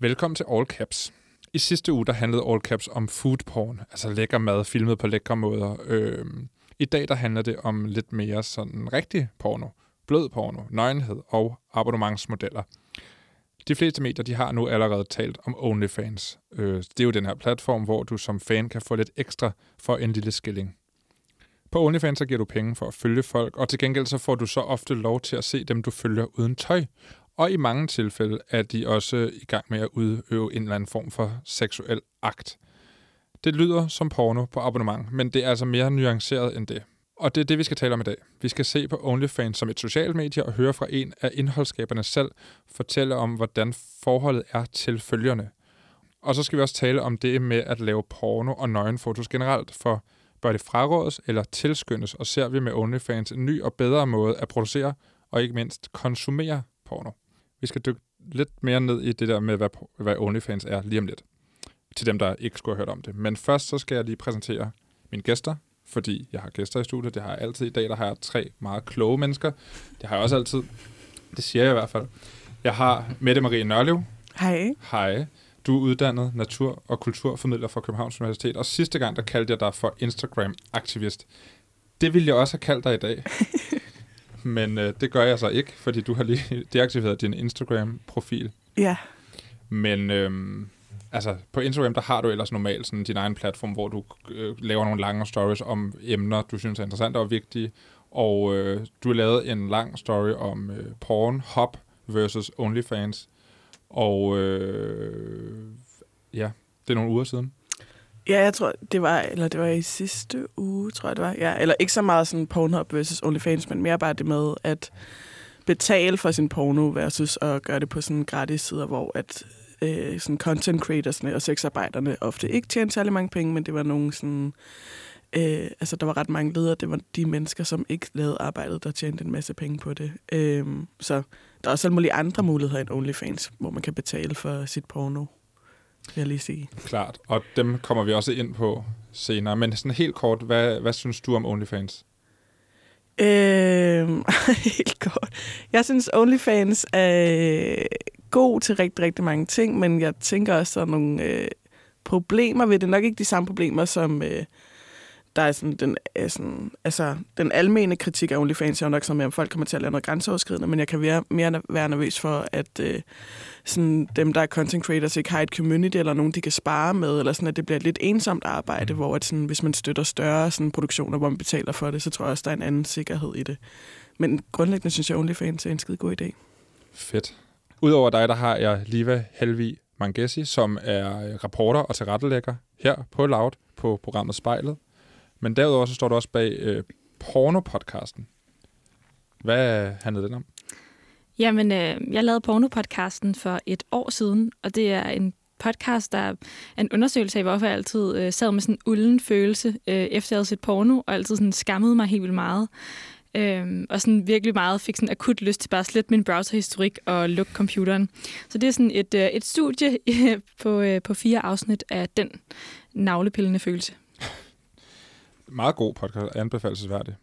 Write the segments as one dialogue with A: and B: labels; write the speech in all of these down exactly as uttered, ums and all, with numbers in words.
A: Velkommen til All Caps. I sidste uge der handlede All Caps om food porn, altså lækker mad, filmet på lækre måder. Øh, I dag der handler det om lidt mere sådan rigtig porno, blød porno, nøgenhed og abonnementsmodeller. De fleste medier de har nu allerede talt om OnlyFans. Øh, det er jo den her platform, hvor du som fan kan få lidt ekstra for en lille skilling. På OnlyFans så giver du penge for at følge folk, og til gengæld så får du så ofte lov til at se dem, du følger uden tøj. Og i mange tilfælde er de også i gang med at udøve en eller anden form for seksuel akt. Det lyder som porno på abonnement, men det er altså mere nuanceret end det. Og det er det, vi skal tale om i dag. Vi skal se på OnlyFans som et socialt medie og høre fra en af indholdsskaberne selv fortælle om, hvordan forholdet er til følgerne. Og så skal vi også tale om det med at lave porno og nøgenfotos generelt, for bør det frarådes eller tilskyndes, og ser vi med OnlyFans en ny og bedre måde at producere og ikke mindst konsumere porno. Vi skal dykke lidt mere ned i det der med, hvad, hvad OnlyFans er lige om lidt. Til dem, der ikke skulle have hørt om det. Men først så skal jeg lige præsentere mine gæster, fordi jeg har gæster i studiet. Det har jeg altid. I dag der har jeg tre meget kloge mennesker. Det har jeg også altid. Det siger jeg i hvert fald. Jeg har Mette Marie Nørlev.
B: Hej.
A: Hej. Du er uddannet natur- og kulturformidler fra Københavns Universitet, og sidste gang der kaldte jeg dig for Instagram-aktivist. Det ville jeg også have kaldt dig i dag. Men øh, det gør jeg så ikke, fordi du har lige deaktiveret din Instagram-profil.
B: Ja.
A: Men øhm, altså, på Instagram, der har du ellers normalt sådan din egen platform, hvor du øh, laver nogle lange stories om emner, du synes er interessante og vigtige. Og øh, du har lavet en lang story om øh, Pornhub versus OnlyFans. Og øh, ja, det er nogle uger siden.
B: Ja, jeg tror, det var, eller det var i sidste uge, tror jeg det var. Ja, eller ikke så meget sådan Pornhub versus OnlyFans, men mere bare det med at betale for sin porno versus at gøre det på sådan gratis sider, hvor at øh, sådan content creatorsne og sexarbejderne ofte ikke tjente særlig mange penge, men det var nogle sådan, øh, altså der var ret mange ledere, det var de mennesker, som ikke lavede arbejdet, der tjente en masse penge på det. Øh, så der er også alle mulige andre muligheder end OnlyFans, hvor man kan betale for sit porno, vil jeg lige sige.
A: Klart, og dem kommer vi også ind på senere. Men sådan helt kort, hvad, hvad synes du om OnlyFans?
B: Øh, helt kort. Jeg synes, OnlyFans er god til rigtig, rigtig mange ting, men jeg tænker også, der er nogle øh, problemer ved det. Nok ikke de samme problemer, som øh, der er sådan den, er sådan, altså, den almene kritik af OnlyFans er jo nok sådan med, om folk kommer til at lave noget grænseoverskridende, men jeg kan være, mere være nervøs for, at øh, sådan, dem, der er content creators, ikke har et community eller nogen, de kan spare med, eller sådan, at det bliver et lidt ensomt arbejde, mm. hvor at, sådan, hvis man støtter større sådan, produktioner, hvor man betaler for det, så tror jeg også, der er en anden sikkerhed i det. Men grundlæggende synes jeg, OnlyFans er en skide god idé.
A: Fedt. Udover dig, der har jeg Liva Helvig Mangesi, som er reporter og tilrettelægger her på Loud på programmet Spejlet. Men derudover så står du også bag øh, pornopodcasten. Hvad handlede den om?
C: Jamen, øh, jeg lavede pornopodcasten for et år siden, og det er en podcast, der er en undersøgelse af, hvorfor jeg altid øh, sad med sådan en ulden følelse, øh, efter jeg havde set porno, og altid sådan skammede mig helt vildt meget. Øh, og sådan virkelig meget fik sådan akut lyst til bare at slette min browserhistorik og lukke computeren. Så det er sådan et, øh, et studie øh, på, øh, på fire afsnit af den navlepillende følelse.
A: Meget god podcast, anbefalelsesværdig.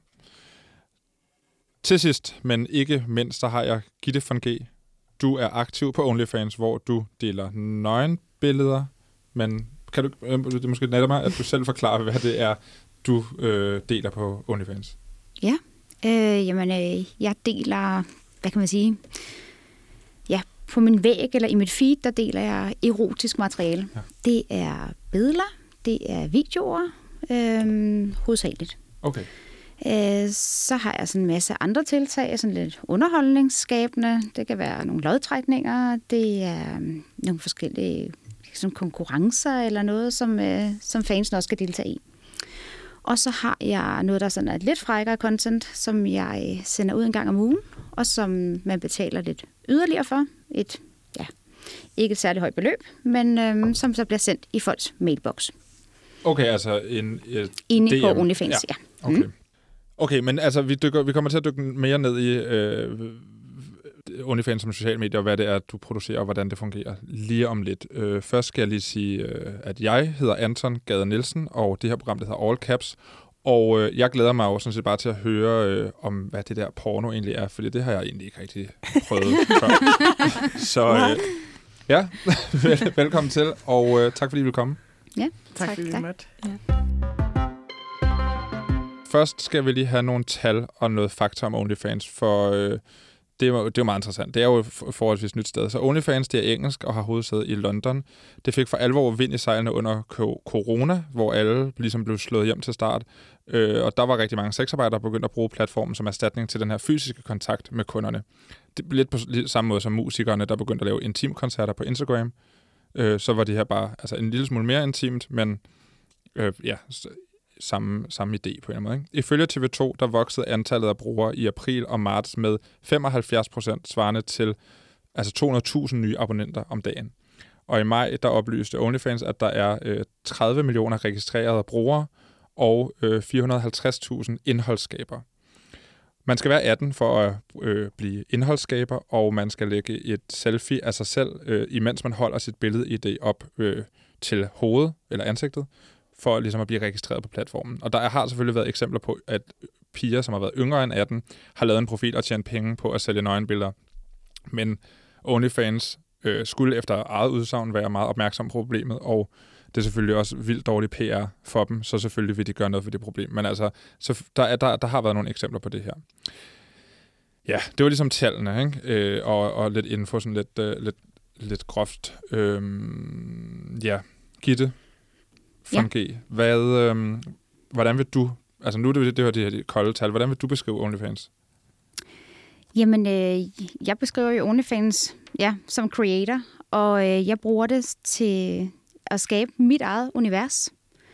A: Til sidst, men ikke mindst, der har jeg Gitte von G. Du er aktiv på OnlyFans, hvor du deler nøgenbilleder, men kan du det måske nærmere, at du selv forklarer, hvad det er, du øh, deler på OnlyFans?
D: Ja, øh, jamen øh, jeg deler, hvad kan man sige, ja, på min væg eller i mit feed, der deler jeg erotisk materiale. Ja. Det er billeder, det er videoer, øh, hovedsageligt.
A: Okay.
D: Øh, så har jeg sådan en masse andre tiltag, sådan lidt underholdningsskabende. Det kan være nogle lodtrækninger, det er um, nogle forskellige sådan konkurrencer eller noget, som, øh, som fansen også skal deltage i. Og så har jeg noget, der sådan er lidt frækkere content, som jeg sender ud en gang om ugen, og som man betaler lidt yderligere for. Et, ja, ikke et særligt højt beløb, men øh, som så bliver sendt i folks mailbox.
A: Okay, altså en... Et
D: Inde
A: D M.
D: på OnlyFans, ja.
A: ja. Okay. Mm. Okay, men altså, vi, dykker, vi kommer til at dykke mere ned i øh, OnlyFans som social medie, og hvad det er, du producerer, og hvordan det fungerer lige om lidt. Øh, først skal jeg lige sige, øh, at jeg hedder Anton Gade Nielsen, og det her program, det hedder All Caps. Og øh, jeg glæder mig jo sådan set bare til at høre øh, om, hvad det der porno egentlig er, fordi det har jeg egentlig ikke rigtig prøvet før. Så øh, Ja, vel, velkommen til, og øh, tak fordi I ville komme.
D: Ja,
B: Tak,
D: tak.
B: fordi vi
D: tak.
B: måtte.
A: Først skal vi lige have nogle tal og noget fakta om OnlyFans, for øh, det, er jo, det er jo meget interessant. Det er jo et forholdsvis nyt sted. Så OnlyFans, det er engelsk og har hovedsæde i London. Det fik for alvor vind i sejlene under corona, hvor alle ligesom blev slået hjem til start. Øh, og der var rigtig mange sexarbejdere, der begyndte at bruge platformen som erstatning til den her fysiske kontakt med kunderne. Det blev lidt på samme måde som musikerne, der begyndte at lave intimkoncerter på Instagram. Øh, så var det her bare altså en lille smule mere intimt, men øh, ja... Samme, samme idé på en eller anden måde. Ikke? Ifølge T V to, der voksede antallet af brugere i april og marts med femoghalvfjerds procent svarende til altså to hundrede tusind nye abonnenter om dagen. Og i maj, der oplyste OnlyFans, at der er øh, tredive millioner registrerede brugere og øh, fire hundrede og halvtreds tusind indholdsskabere. Man skal være atten for at øh, blive indholdsskaber, og man skal lægge et selfie af sig selv, øh, imens man holder sit billede-I D op øh, til hovedet eller ansigtet, for ligesom at blive registreret på platformen. Og der har selvfølgelig været eksempler på, at piger, som har været yngre end atten, har lavet en profil og tjent penge på at sælge nøgenbilleder. Men OnlyFans øh, skulle efter eget udsagn være meget opmærksom på problemet, og det er selvfølgelig også vildt dårlig P R for dem, så selvfølgelig vil de gøre noget for det problem. Men altså, så der, er, der, der har været nogle eksempler på det her. Ja, det var ligesom tallene, ikke? Øh, og, og lidt info, sådan lidt, øh, lidt, lidt groft. Øh, ja, Gitte von G. Hvad, øhm, hvordan vil du, altså nu er det, det var de her de kolde tal, hvordan vil du beskrive OnlyFans?
D: Jamen, øh, jeg beskriver jo OnlyFans ja, som creator, og øh, jeg bruger det til at skabe mit eget univers.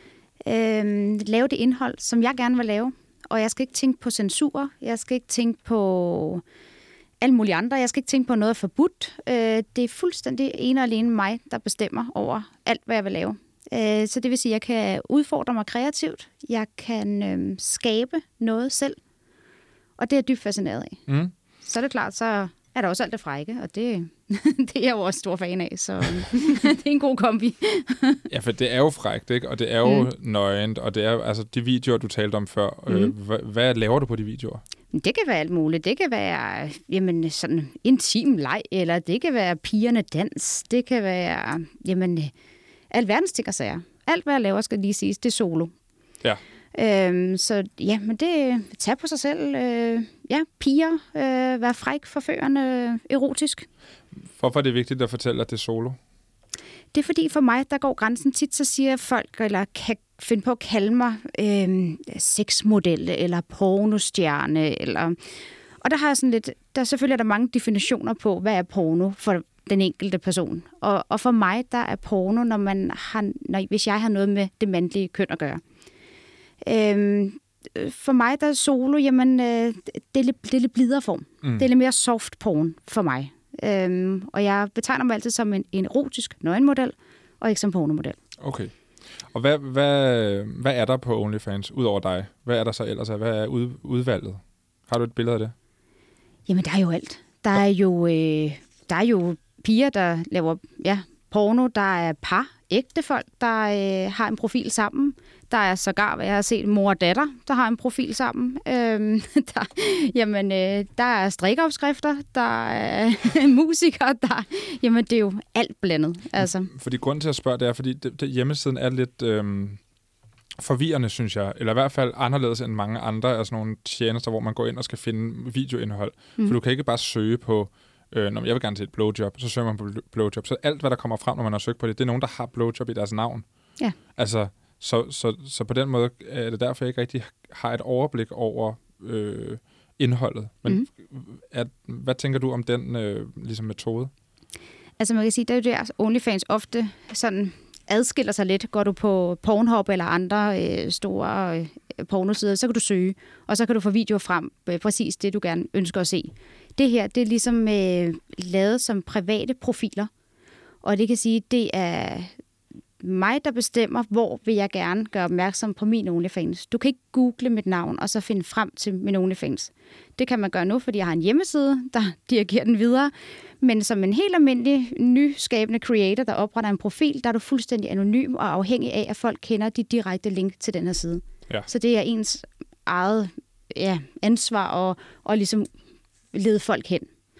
D: Øh, lave det indhold, som jeg gerne vil lave, og jeg skal ikke tænke på censur, jeg skal ikke tænke på alle mulige andre, jeg skal ikke tænke på noget forbudt. Øh, det er fuldstændig ene og alene mig, der bestemmer over alt, hvad jeg vil lave. Så det vil sige, at jeg kan udfordre mig kreativt. Jeg kan øhm, skabe noget selv. Og det er jeg dybt fascineret af. Mm. Så er det klart, så er der også alt det frække, og det, det er jeg jo også stor fan af. Så det er en god kombi. Ja,
A: for det er jo frækt, ikke? Og det er jo mm. nøgent, og det er altså de videoer, du talte om før. Mm. Øh, hvad, hvad laver du på de videoer?
D: Det kan være alt muligt. Det kan være jamen, sådan intim leg, eller det kan være pigerne dans. Det kan være... Jamen, alverdens ting og sager. Alt, hvad jeg laver, skal lige siges, det er solo.
A: Ja.
D: Øhm, så ja, men det tager på sig selv. Øh, ja, piger, øh, være fræk, forførende, erotisk.
A: Hvorfor er det vigtigt at fortælle, at det er solo?
D: Det er fordi for mig, der går grænsen tit, så siger folk, eller kan finde på at kalde mig øh, sexmodel, eller pornostjerne, eller... Og der har jeg sådan lidt... Der selvfølgelig er der mange definitioner på, hvad er porno for den enkelte person. Og, og for mig, der er porno, når man har, når, hvis jeg har noget med det mandlige køn at gøre. Øhm, for mig, der er solo, jamen, øh, det, er lidt, det er lidt blidere form. Mm. Det er lidt mere soft porn for mig. Øhm, og jeg betegner mig altid som en, en erotisk nøgenmodel, og ikke som pornomodel.
A: Okay. Og hvad, hvad, hvad er der på OnlyFans, ud over dig? Hvad er der så ellers? Hvad er ud, udvalget? Har du et billede af det?
D: Jamen, der er jo alt. Der er jo, øh, der er jo piger, der laver ja, porno. Der er par, ægte folk, der øh, har en profil sammen. Der er sågar, hvad jeg har set, mor og datter, der har en profil sammen. Øhm, der, jamen, øh, der er strikkeopskrifter, der er musikere, der... Jamen, det er jo alt blandet. Altså.
A: Fordi grunden til at spørge, det er, fordi det, det, hjemmesiden er lidt øhm, forvirrende, synes jeg. Eller i hvert fald anderledes end mange andre af sådan nogle tjenester, hvor man går ind og skal finde videoindhold. Mm. For du kan ikke bare søge på... Øh, når jeg vil gerne til et blowjob, så søger man på blowjob. Så alt, hvad der kommer frem, når man har søgt på det, det er nogen, der har blowjob i deres navn.
D: Ja.
A: Altså... Så, så, så på den måde er det derfor, jeg ikke rigtig har et overblik over øh, indholdet. Men mm. er, hvad tænker du om den øh, ligesom metode?
D: Altså man kan sige, det er jo der, OnlyFans ofte sådan adskiller sig lidt. Går du på Pornhub eller andre øh, store øh, pornosider, så kan du søge, og så kan du få videoer frem, øh, præcis det, du gerne ønsker at se. Det her, det er ligesom øh, lavet som private profiler, og det kan sige, det er... mig, der bestemmer, hvor vil jeg gerne gøre opmærksom på min OnlyFans. Du kan ikke google mit navn, og så finde frem til min OnlyFans. Det kan man gøre nu, fordi jeg har en hjemmeside, der dirigerer den videre. Men som en helt almindelig, nyskabende creator, der opretter en profil, der er du fuldstændig anonym og afhængig af, at folk kender de direkte link til den her side. Ja. Så det er ens eget ja, ansvar at, at ligesom lede folk hen.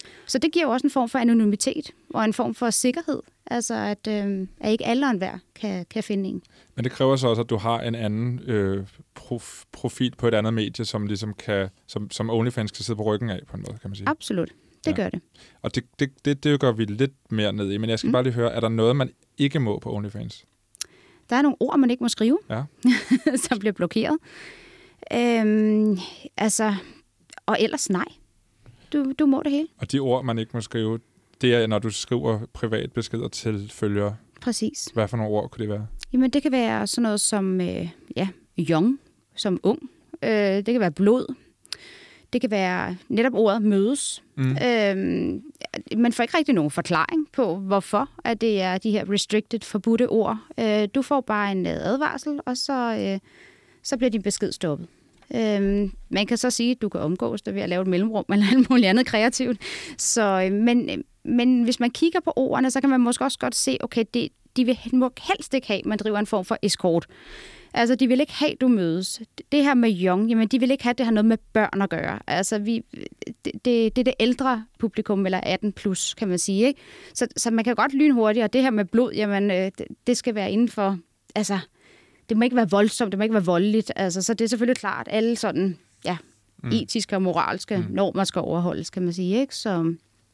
D: Så det giver jo også en form for anonymitet og en form for sikkerhed. Altså, at, øh, at ikke alle og enhver kan, kan finde en.
A: Men det kræver så også, at du har en anden øh, prof, profil på et andet medie, som ligesom kan, som, som OnlyFans kan sidde på ryggen af, på en måde, kan man sige.
D: Absolut. Det ja. gør det.
A: Og det, det, det, det gør vi lidt mere ned i. Men jeg skal mm. bare lige høre, er der noget, man ikke må på OnlyFans?
D: Der er nogle ord, man ikke må skrive,
A: ja.
D: som bliver blokeret. Øhm, altså, og ellers nej. Du, du må det hele.
A: Og de ord, man ikke må skrive, det er, når du skriver privat beskeder til følgere.
D: Præcis.
A: Hvad for nogle ord kunne det være?
D: Jamen, det kan være sådan noget som, øh, ja, young, som ung. Øh, det kan være blod. Det kan være netop ordet mødes. Mm. Øhm, man får ikke rigtig nogen forklaring på, hvorfor at det er de her restricted, forbudte ord. Øh, du får bare en advarsel, og så, øh, så bliver din besked stoppet. Øhm, man kan så sige, at du kan omgås det ved at lave et mellemrum eller alt muligt andet kreativt. Så, øh, men, men hvis man kigger på ordene, så kan man måske også godt se, okay, det, de vil må helst ikke have, at man driver en form for escort. Altså, de vil ikke have, du mødes. Det her med young, jamen, de vil ikke have, at det har noget med børn at gøre. Altså, vi, det, det, det er det ældre publikum, eller atten plus, kan man sige, ikke? Så, så man kan godt lynhurtigt, og det her med blod, jamen, det, det skal være inden for, altså, det må ikke være voldsomt, det må ikke være voldeligt. Altså, så det er selvfølgelig klart, alle sådan, ja, mm. etiske og moralske mm. normer skal overholdes, kan man sige, ikke? Så...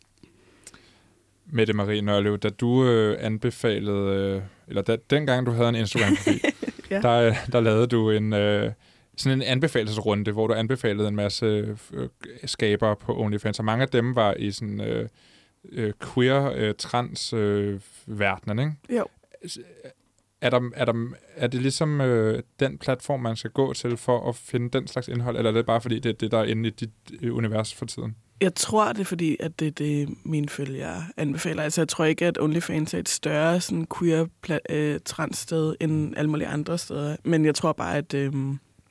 A: Mette Marie Nørlev, da du øh, anbefalede, øh, eller da, dengang du havde en Instagram-profil, ja. der, der lavede du en, øh, sådan en anbefalesrunde, hvor du anbefalede en masse øh, skabere på OnlyFans, og mange af dem var i sådan øh, øh, queer, øh, trans øh, verdenen, ikke? Jo. Er, der, er, der, er det ligesom øh, den platform, man skal gå til for at finde den slags indhold, eller er det bare fordi, det er det, der er inde i dit øh, univers for tiden?
B: Jeg tror, det er fordi, at det er det, mine følgere anbefaler. Altså, jeg tror ikke, at OnlyFans er et større sådan, queer øh, transsted end alle mulige andre steder. Men jeg tror bare, at øh,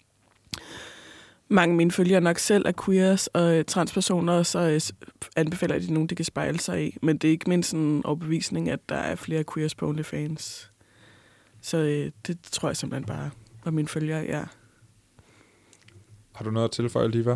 B: mange af mine følgere nok selv er queers og øh, transpersoner, så øh, anbefaler de nogen, de kan spejle sig i. Men det er ikke min sådan overbevisning, at der er flere queers på OnlyFans. Så øh, det tror jeg simpelthen bare var mine følgere, ja.
A: Har du noget at tilføje, Liva?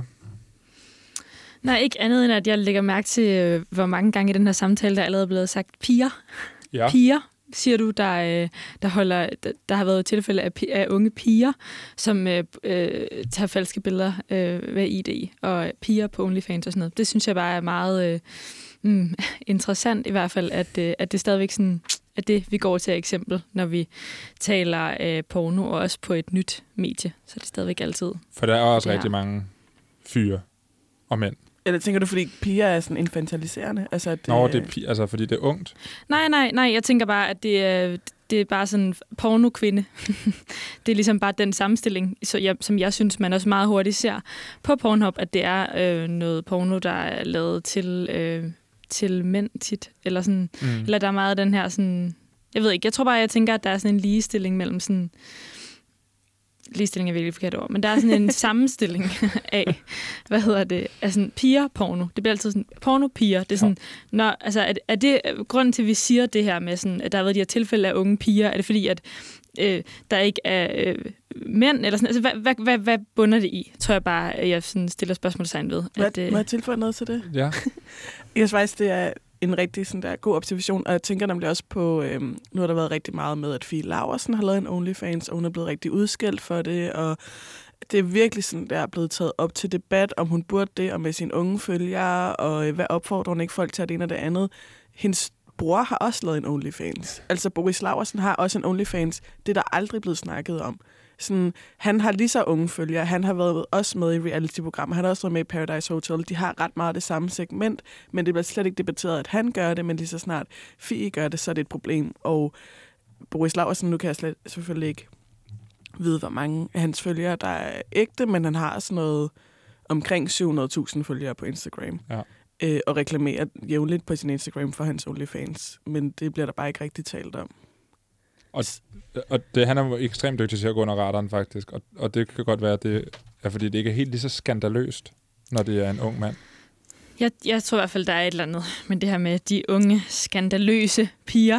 C: Nej, ikke andet end, at jeg lægger mærke til, hvor mange gange i den her samtale, der er allerede blevet sagt piger. Ja. Piger, siger du, der, der, holder, der, der har været tilfælde af, af unge piger, som øh, tager falske billeder øh, ved I D, og piger på OnlyFans og sådan noget. Det synes jeg bare er meget øh, mm, interessant i hvert fald, at, øh, at det stadigvæk sådan, at det, vi går til eksempel, når vi taler øh, porno, og også på et nyt medie. Så det er stadigvæk altid.
A: For der er også rigtig mange fyre og mænd.
B: Eller tænker du, fordi piger er sådan infantiliserende? Altså, at det,
A: Nå, det er pi- altså, fordi det er ungt?
C: Nej, nej, nej. Jeg tænker bare, at det er, det er bare sådan porno-kvinde. Det er ligesom bare den sammenstilling, så jeg, som jeg synes, man også meget hurtigt ser på Pornhub, at det er øh, noget porno, der er lavet til, øh, til mænd tit. Eller, sådan, mm. eller der er meget af den her sådan... Jeg ved ikke, jeg tror bare, jeg tænker, at der er sådan en ligestilling mellem sådan... Ligestilling er virkelig forkert ord, men der er sådan en sammenstilling af, hvad hedder det, altså piger-porno. Det bliver altid sådan, porno-piger. Det er sådan, ja. når, altså, er, er det grunden til, at vi siger det her med, sådan, at der har været de her tilfælde af unge piger? Er det fordi, at øh, der ikke er øh, mænd? Eller sådan, altså, hvad, hvad, hvad, hvad bunder det i? Tror jeg bare, at jeg sådan stiller spørgsmålstegn ved.
B: Må,
C: at, øh,
B: må jeg tilføje noget til det?
A: Ja.
B: Jeg synes faktisk, det er en rigtig sådan der, god observation, og jeg tænker nemlig også på, øhm, nu har der været rigtig meget med, at Fie Laursen har lavet en OnlyFans, og hun er blevet rigtig udskældt for det, og det er virkelig sådan, der er blevet taget op til debat, om hun burde det, og med sine unge følgere, og øh, hvad opfordrer hun ikke folk til at det ene og det andet. Hendes bror har også lavet en OnlyFans. Altså Boris Laursen har også en OnlyFans. Det er der aldrig blevet snakket om. Sådan, han har lige så unge følgere. Han har været også med i reality-programmer. Han har også været med i Paradise Hotel. De har ret meget det samme segment, men det bliver slet ikke debatteret, at han gør det, men lige så snart Fie gør det, så er det et problem. Og Boris Laursen, nu kan jeg slet, selvfølgelig ikke vide, hvor mange af hans følgere, der er ægte, men han har sådan noget omkring syv hundrede tusind følgere på Instagram. Ja. Øh, og reklamerer jævnligt på sin Instagram for hans OnlyFans. Men det bliver der bare ikke rigtig talt om.
A: Og, og det, han er ekstremt dygtig til at gå under radaren, faktisk. Og, og det kan godt være, at det er, fordi det ikke er helt lige så skandaløst, når det er en ung mand.
C: Jeg, jeg tror i hvert fald, der er et eller andet. Men det her med de unge, skandaløse piger,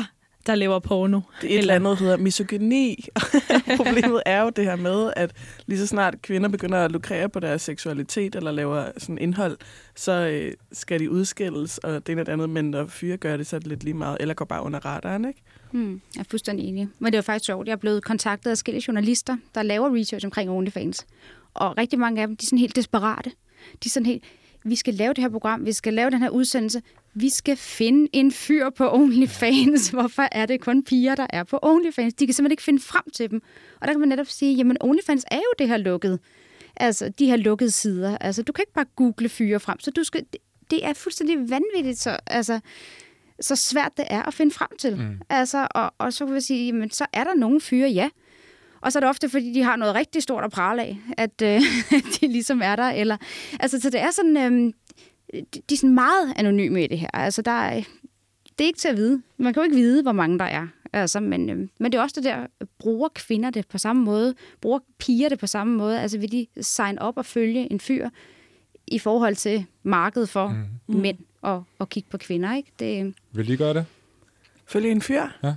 C: der laver porno.
B: Det er et eller andet, der hedder misogyni. Problemet er jo det her med, at lige så snart kvinder begynder at lukrere på deres seksualitet eller laver sådan indhold, så øh, skal de udskilles, og det ene og det andet, men når fyre gør det, så er det lidt lige meget, eller går bare under radaren, ikke?
D: Hmm, jeg er fuldstændig enig. Men det var faktisk sjovt. Jeg er blevet kontaktet af forskellige journalister, der laver research omkring OnlyFans. Og rigtig mange af dem, de er sådan helt desperate. De er sådan helt, vi skal lave det her program, vi skal lave den her udsendelse, vi skal finde en fyr på OnlyFans. Hvorfor er det kun piger, der er på OnlyFans? De kan simpelthen ikke finde frem til dem. Og der kan man netop sige, jamen OnlyFans er jo det her lukket. Altså, de her lukkede sider. Altså, du kan ikke bare google fyre frem, så du skal, det er fuldstændig vanvittigt, så, altså, så svært det er at finde frem til. Mm. Altså, og, og så kan vi sige, jamen, så er der nogle fyre, ja. Og så er det ofte, fordi de har noget rigtig stort at prale af, at øh, de ligesom er der. Eller, altså, så det er sådan, øh, de, de er sådan meget anonyme i det her. Altså, der er, det er ikke til at vide. Man kan jo ikke vide, hvor mange der er. Altså, men, øh, men det er også det der, bruger kvinder det på samme måde, bruger piger det på samme måde. Altså, vil de sign op og følge en fyr i forhold til markedet for mm. mænd og, og kigge på kvinder, ikke? Det,
A: vil de gøre det?
B: Følge en fyr?
A: Ja.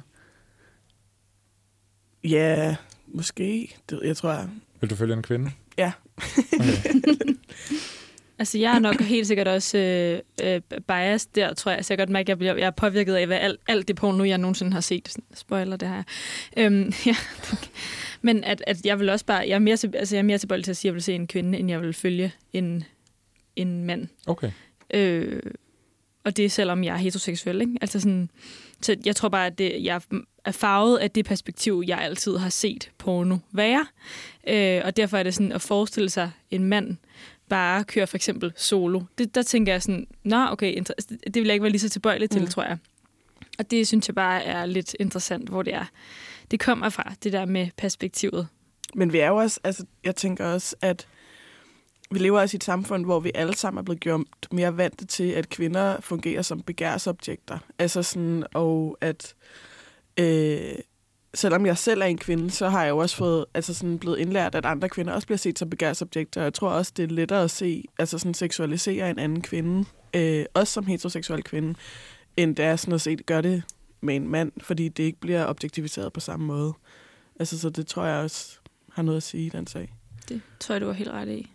B: Ja, måske. Det, jeg tror, jeg...
A: Vil du følge en kvinde?
B: Ja.
A: Okay.
C: Altså, jeg er nok helt sikkert også øh, øh, biased der, tror jeg. Så jeg godt mærke, at jeg, bliver, jeg er påvirket af, hvad alt, alt det porno, jeg nogensinde har set. Spoiler, det her. Øhm, ja. Men at, at jeg vil også bare... Jeg er mere, til, altså, jeg er mere tilbøjelig til at sige, at jeg vil se en kvinde, end jeg vil følge en, en mand.
A: Okay.
C: Øh, og det er selvom jeg er heteroseksuel, ikke? Altså sådan... Så jeg tror bare, at det, jeg er farvet af det perspektiv, jeg altid har set porno være. Øh, og derfor er det sådan at forestille sig en mand bare køre for eksempel solo. Det, der tænker jeg sådan, nå okay, det vil jeg ikke være lige så tilbøjelig til, mm. tror jeg. Og det synes jeg bare er lidt interessant, hvor det er. Det kommer fra, det der med perspektivet.
B: Men vi er jo også, altså jeg tænker også, at vi lever også i et samfund, hvor vi alle sammen er blevet gjort mere vante til, at kvinder fungerer som begærsobjekter. Altså sådan, og at øh, selvom jeg selv er en kvinde, så har jeg jo også fået, altså sådan blevet indlært, at andre kvinder også bliver set som begærsobjekter. Jeg tror også, det er lettere at se, altså sådan seksualisere en anden kvinde, øh, også som heteroseksuel kvinde, end det er sådan at se, gør det med en mand, fordi det ikke bliver objektiviseret på samme måde. Altså så det tror jeg også har noget at sige i den sag.
C: Det tror jeg, du var helt ret i.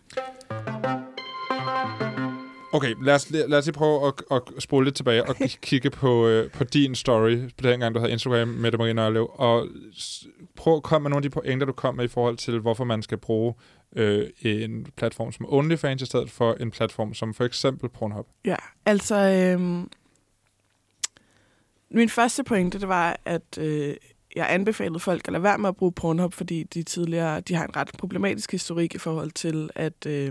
A: Okay, lad os, lad os lige prøve at, at spole lidt tilbage og kigge på, øh, på din story, på den gang, du havde Instagram med Mette Marie Nørlev, og prøv at komme med nogle af de pointer, du kom med i forhold til, hvorfor man skal bruge øh, en platform som OnlyFans i stedet for en platform som for eksempel Pornhub.
B: Ja, altså... Øh, min første pointe, det var, at... Øh, jeg anbefalede folk at lade være med at bruge Pornhub, fordi de tidligere de har en ret problematisk historik i forhold til, at øh,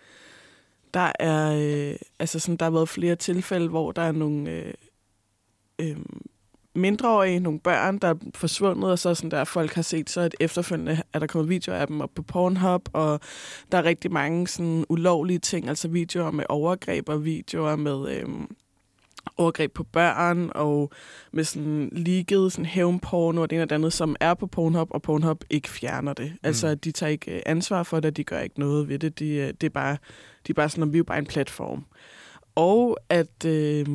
B: der er øh, altså sådan, der har været flere tilfælde, hvor der er nogle øh, øh, mindreårige, nogle børn, der er forsvundet, og så sådan der folk har set, så at efterfølgende er der kommet videoer af dem op på Pornhub, og der er rigtig mange sådan ulovlige ting, altså videoer med overgreb og videoer med... Øh, overgreb på børn, og med sådan leaget sådan hævnporno og det ene og det andet, som er på Pornhub, og Pornhub ikke fjerner det. Mm. Altså, de tager ikke ansvar for det, de gør ikke noget ved det. De, det er bare, de er bare sådan, at vi er bare en platform. Og at øh,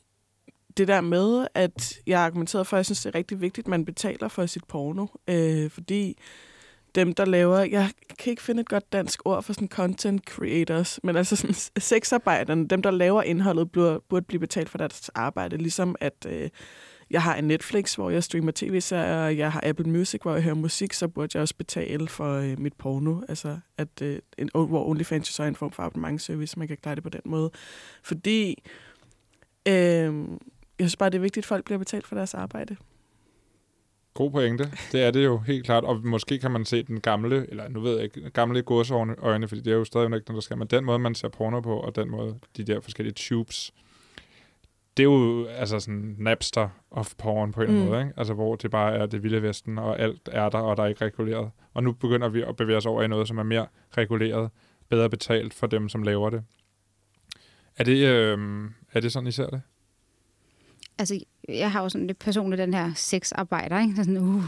B: det der med, at jeg har argumenteret for, at jeg synes, det er rigtig vigtigt, at man betaler for sit porno, øh, fordi dem, der laver... Jeg kan ikke finde et godt dansk ord for sådan content creators, men altså sådan sexarbejderne, dem, der laver indholdet, burde, burde blive betalt for deres arbejde. Ligesom at øh, jeg har en Netflix, hvor jeg streamer tv-serier, og jeg har Apple Music, hvor jeg hører musik, så burde jeg også betale for øh, mit porno. Altså, at, øh, en, hvor OnlyFans så er en form for abonnementsservice, man kan klare det på den måde. Fordi øh, jeg synes bare, det er vigtigt, at folk bliver betalt for deres arbejde.
A: God pointe. Det er det jo helt klart. Og måske kan man se den gamle, eller nu ved jeg ikke, gamle gåseøjne, fordi det er jo stadig ikke noget, der skal. Men den måde, man ser porno på, og den måde, de der forskellige tubes, det er jo altså sådan Napster of porn på en mm. måde, ikke? Altså hvor det bare er det vilde vesten, og alt er der, og der er ikke reguleret. Og nu begynder vi at bevæge os over i noget, som er mere reguleret, bedre betalt for dem, som laver det. Er det, øh, er det sådan, I ser det?
D: Altså, jeg har jo sådan lidt personligt den her sexarbejder, ikke? Sådan, uh.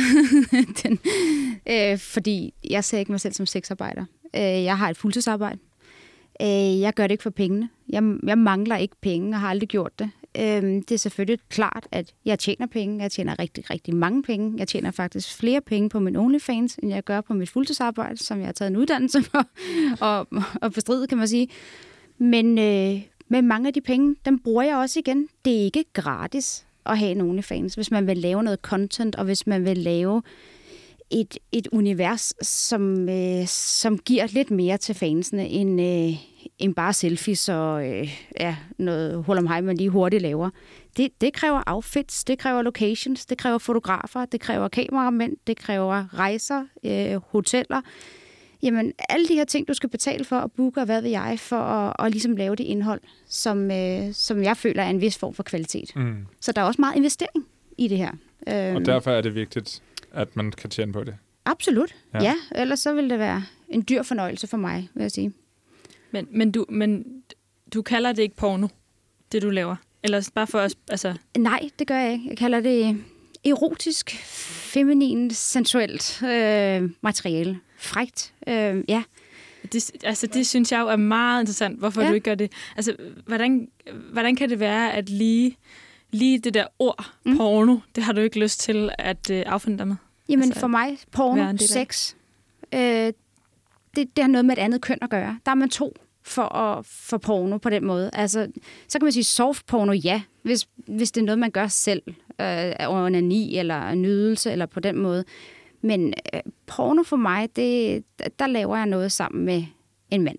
D: den, øh, fordi jeg ser ikke mig selv som sexarbejder. Øh, jeg har et fuldtidsarbejde. Øh, jeg gør det ikke for pengene. Jeg, jeg mangler ikke penge, og har aldrig gjort det. Øhm, det er selvfølgelig klart, at jeg tjener penge. Jeg tjener rigtig, rigtig mange penge. Jeg tjener faktisk flere penge på min OnlyFans, end jeg gør på mit fuldtidsarbejde, som jeg har taget en uddannelse for og, og bestride, kan man sige. Men øh, med mange af de penge, dem bruger jeg også igen. Det er ikke gratis at have en OnlyFans, hvis man vil lave noget content, og hvis man vil lave et, et univers, som, øh, som giver lidt mere til fansene, end, øh, end bare selfies og øh, ja, noget hul om hej, man lige hurtigt laver. Det, det kræver outfits, det kræver locations, det kræver fotografer, det kræver kameramænd, det kræver rejser, øh, hoteller. Jamen, alle de her ting, du skal betale for at booke, og hvad ved jeg, for at, at ligesom lave det indhold, som, øh, som jeg føler er en vis form for kvalitet. Mm. Så der er også meget investering i det her.
A: Øhm, og derfor er det vigtigt, at man kan tjene på det.
D: Absolut, ja. ja. Ellers så vil det være en dyr fornøjelse for mig, vil jeg sige.
C: Men, men, du, men du kalder det ikke porno, det du laver? Eller bare for os, altså...
D: Nej, det gør jeg ikke. Jeg kalder det erotisk, feminin, sensuelt øh, materiale. Frækt, øh, ja.
C: Det, altså, det synes jeg jo er meget interessant, hvorfor ja. du ikke gør det. Altså, hvordan, hvordan kan det være, at lige, lige det der ord, mm. porno, det har du ikke lyst til at øh, affinde dig med?
D: Jamen,
C: altså,
D: for mig, porno, sex, øh, det, det har noget med et andet køn at gøre. Der er man to for, at, for porno på den måde. Altså, så kan man sige soft porno, ja, hvis, hvis det er noget, man gør selv, øh, onani eller nydelse, eller på den måde. Men øh, porno for mig, det, der laver jeg noget sammen med en mand.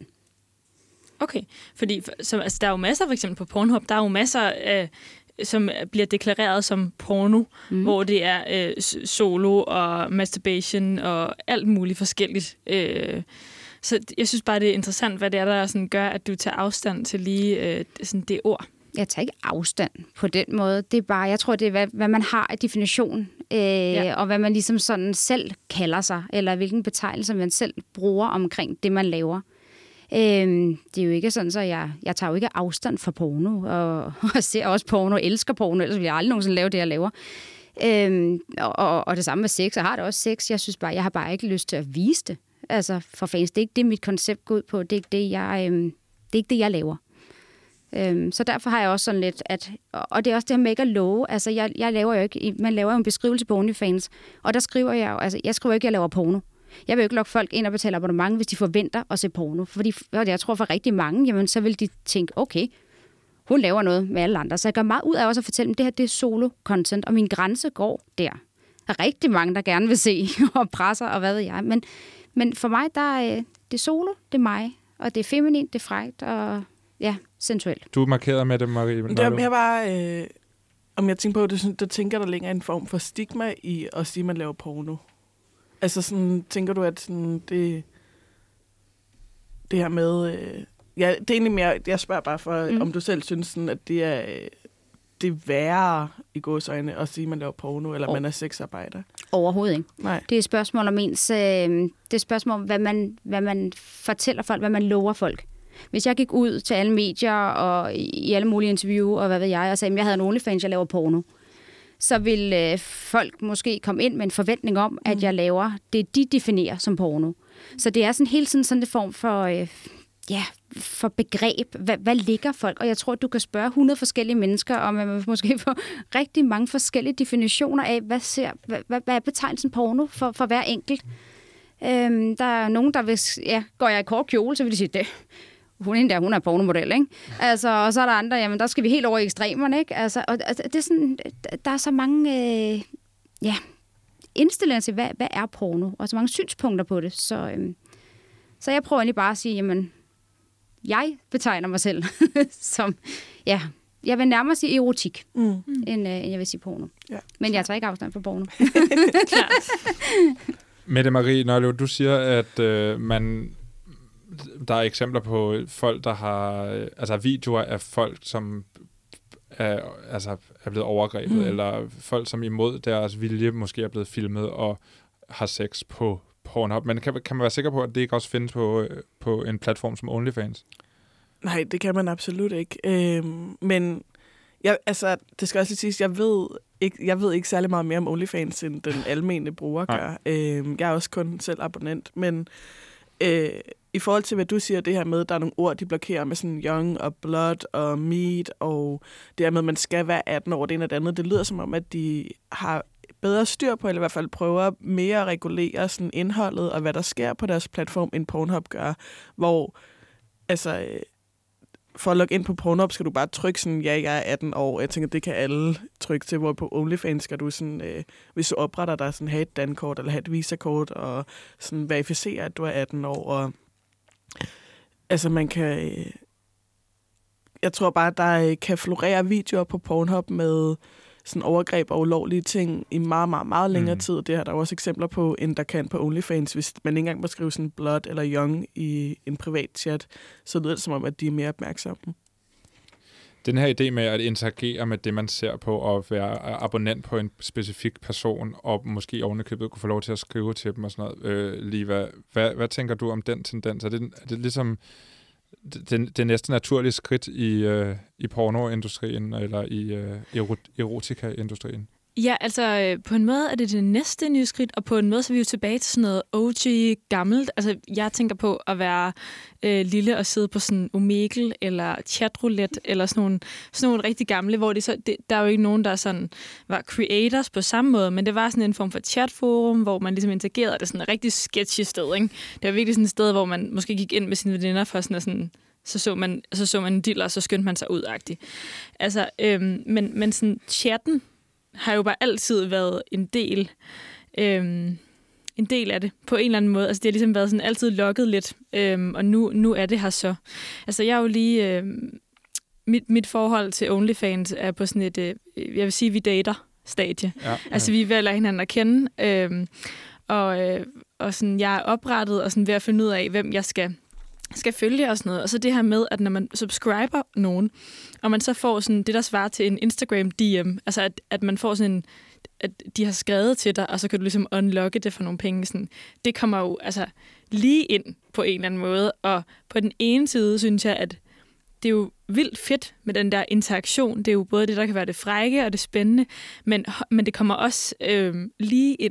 C: Okay, fordi så, altså, der er jo masser, for eksempel på Pornhub, der er jo masser, øh, som bliver deklareret som porno, mm. hvor det er øh, solo og masturbation og alt muligt forskelligt. Øh, så jeg synes bare, det er interessant, hvad det er, der sådan gør, at du tager afstand til lige øh, sådan det ord.
D: Jeg tager ikke afstand på den måde. Det er bare, jeg tror, det er, hvad, hvad man har af definition, øh, ja. og hvad man ligesom sådan selv kalder sig, eller hvilken betegnelse man selv bruger omkring det, man laver. Øh, det er jo ikke sådan, så jeg, jeg tager jo ikke afstand fra porno, og, og ser også porno, og elsker porno, ellers vil jeg aldrig nogensinde lave det, jeg laver. Øh, og, og det samme med sex, jeg har det også sex. Jeg synes bare, jeg har bare ikke lyst til at vise det. Altså, for fans, det er ikke det, mit koncept går ud på. Det er ikke det, jeg, øh, det er ikke det, jeg laver. Øhm, så derfor har jeg også sådan lidt, at, og det er også det her med ikke at love, altså jeg, jeg laver jo ikke, man laver jo en beskrivelse på OnlyFans, og der skriver jeg jo, altså jeg skriver ikke, at jeg laver porno. Jeg vil jo ikke lokke folk ind og betale abonnement, hvis de forventer at se porno, fordi jeg tror for rigtig mange, jamen så vil de tænke, okay, hun laver noget med alle andre, så jeg gør meget ud af også at fortælle dem, det her det er solo-content, og min grænse går der. Der er rigtig mange, der gerne vil se og presser, og hvad ved jeg, men, men for mig, der er det solo, det er mig, og det er feminin, det er frækt, og ja, sensuelt.
A: Du er markeret med det, Marie.
B: Det er mere bare, øh, om jeg tænker på, det, der tænker der længere en form for stigma i at sige, at man laver porno. Altså sådan, tænker du, at sådan, det, det her med, øh, ja, det er egentlig mere, jeg spørger bare for, mm. om du selv synes, sådan, at det er, øh, det er værre i gåseøjne at sige, at man laver porno, eller oh. man er sexarbejder?
D: Overhovedet ikke.
B: Nej.
D: Det er et spørgsmål om ens, øh, det er et spørgsmål om, hvad man, hvad man fortæller folk, hvad man lover folk. Hvis jeg gik ud til alle medier og i alle mulige interview og hvad ved jeg, og sagde, at jeg havde en OnlyFans, jeg laver porno, så vil øh, folk måske komme ind med en forventning om, at jeg laver det, de definerer som porno. Så det er sådan hele tiden sådan en form for, øh, ja, for begreb. Hvad, hvad ligger folk? Og jeg tror, at du kan spørge hundrede forskellige mennesker, og man måske få rigtig mange forskellige definitioner af, hvad, ser, hvad, hvad er betegnelsen porno for, for hver enkelt. Øhm, der er nogen, der vil, ja, går jeg i kort kjole, så vil de sige, det hun, der, hun er pornomodel, ikke? Altså, og så er der andre, jamen der skal vi helt over i ekstremerne, ikke? Altså, og, altså, det er sådan, der er så mange øh, ja, indstillinger til, hvad, hvad er porno, og så mange synspunkter på det. Så, øh, så jeg prøver egentlig bare at sige, jamen, jeg betegner mig selv som, ja, jeg vil nærmere sige erotik, mm. end, øh, end jeg vil sige porno. Ja. Men jeg tager ikke afstand fra porno.
A: Mette Marie Nørlev, du siger, at øh, man... Der er eksempler på folk, der har altså videoer af folk, som er, altså, er blevet overgrebet, mm. eller folk, som imod deres vilje måske er blevet filmet og har sex på Pornhub. Men kan, kan man være sikker på, at det ikke også findes på, på en platform som OnlyFans?
B: Nej, det kan man absolut ikke. Øhm, men jeg, altså, det skal også lige siges, jeg ved ikke, jeg ved ikke særlig meget mere om OnlyFans, end den almene bruger gør. Øhm, jeg er også kun selv abonnent, men øh, i forhold til, hvad du siger, det her med, at der er nogle ord, de blokerer med sådan young og blood og meat, og det her med, at man skal være atten år, det ene og det andet, det lyder som om, at de har bedre styr på, eller i hvert fald prøver mere at regulere sådan indholdet og hvad der sker på deres platform, end Pornhub gør, hvor altså for at logge ind på Pornhub, skal du bare trykke sådan, ja, jeg er atten år. Jeg tænker, det kan alle trykke til, hvor på OnlyFans skal du sådan, øh, hvis du opretter dig, sådan have et dankort eller have et Visa-kort, og sådan verificere, at du er atten år. Og, altså, man kan... Øh, jeg tror bare, der kan florere videoer på Pornhub med sådan overgreb og ulovlige ting i meget, meget, meget længere mm. tid. Det har der også eksempler på, end der kan på OnlyFans. Hvis man ikke engang må skrive sådan blood eller young i en privat chat, så lyder det som om, at de er mere opmærksomme.
A: Den her idé med at interagere med det, man ser på, og være abonnent på en specifik person, og måske ovenikøbet kunne få lov til at skrive til dem og sådan noget. Øh, Liva, hvad, hvad tænker du om den tendens? Er det, er det ligesom det, det næste naturlige skridt i, øh, i pornoindustrien, eller i øh, erotika-industrien?
C: Ja, altså på en måde er det det næste nye skridt, og på en måde så er vi jo tilbage til sådan noget O G gammelt. Altså jeg tænker på at være øh, lille og sidde på sådan Omegle eller chatroulette eller sådan nogle, sådan nogle rigtig gamle, hvor det så, det, der er jo ikke nogen, der sådan var creators på samme måde, men det var sådan en form for chatforum, hvor man ligesom interagerede. Det er sådan et rigtig sketchy sted, ikke? Det var virkelig sådan et sted, hvor man måske gik ind med sine veninder for sådan, sådan så så man, så så man en diller, og så skyndte man sig ud-agtigt. Altså, øhm, men, men sådan chatten har jo bare altid været en del, øhm, en del af det, på en eller anden måde. Altså, det har ligesom været sådan altid lukket lidt, øhm, og nu, nu er det her så. Altså, jeg er jo lige... Øhm, mit, mit forhold til OnlyFans er på sådan et, øh, jeg vil sige, vi dater-stadie. Ja, ja. Altså, vi er ved at lade hinanden at kende, øhm, og, øh, og sådan, jeg er oprettet og sådan ved at finde ud af, hvem jeg skal... skal følge og sådan noget. Og så det her med, at når man subscriber nogen, og man så får sådan det, der svarer til en Instagram D M, altså at, at man får sådan en, at de har skrevet til dig, og så kan du ligesom unlocke det for nogle penge. Sådan, det kommer jo altså lige ind på en eller anden måde. Og på den ene side synes jeg, at det er jo vildt fedt med den der interaktion. Det er jo både det, der kan være det frække og det spændende, men, men det kommer også øh, lige ind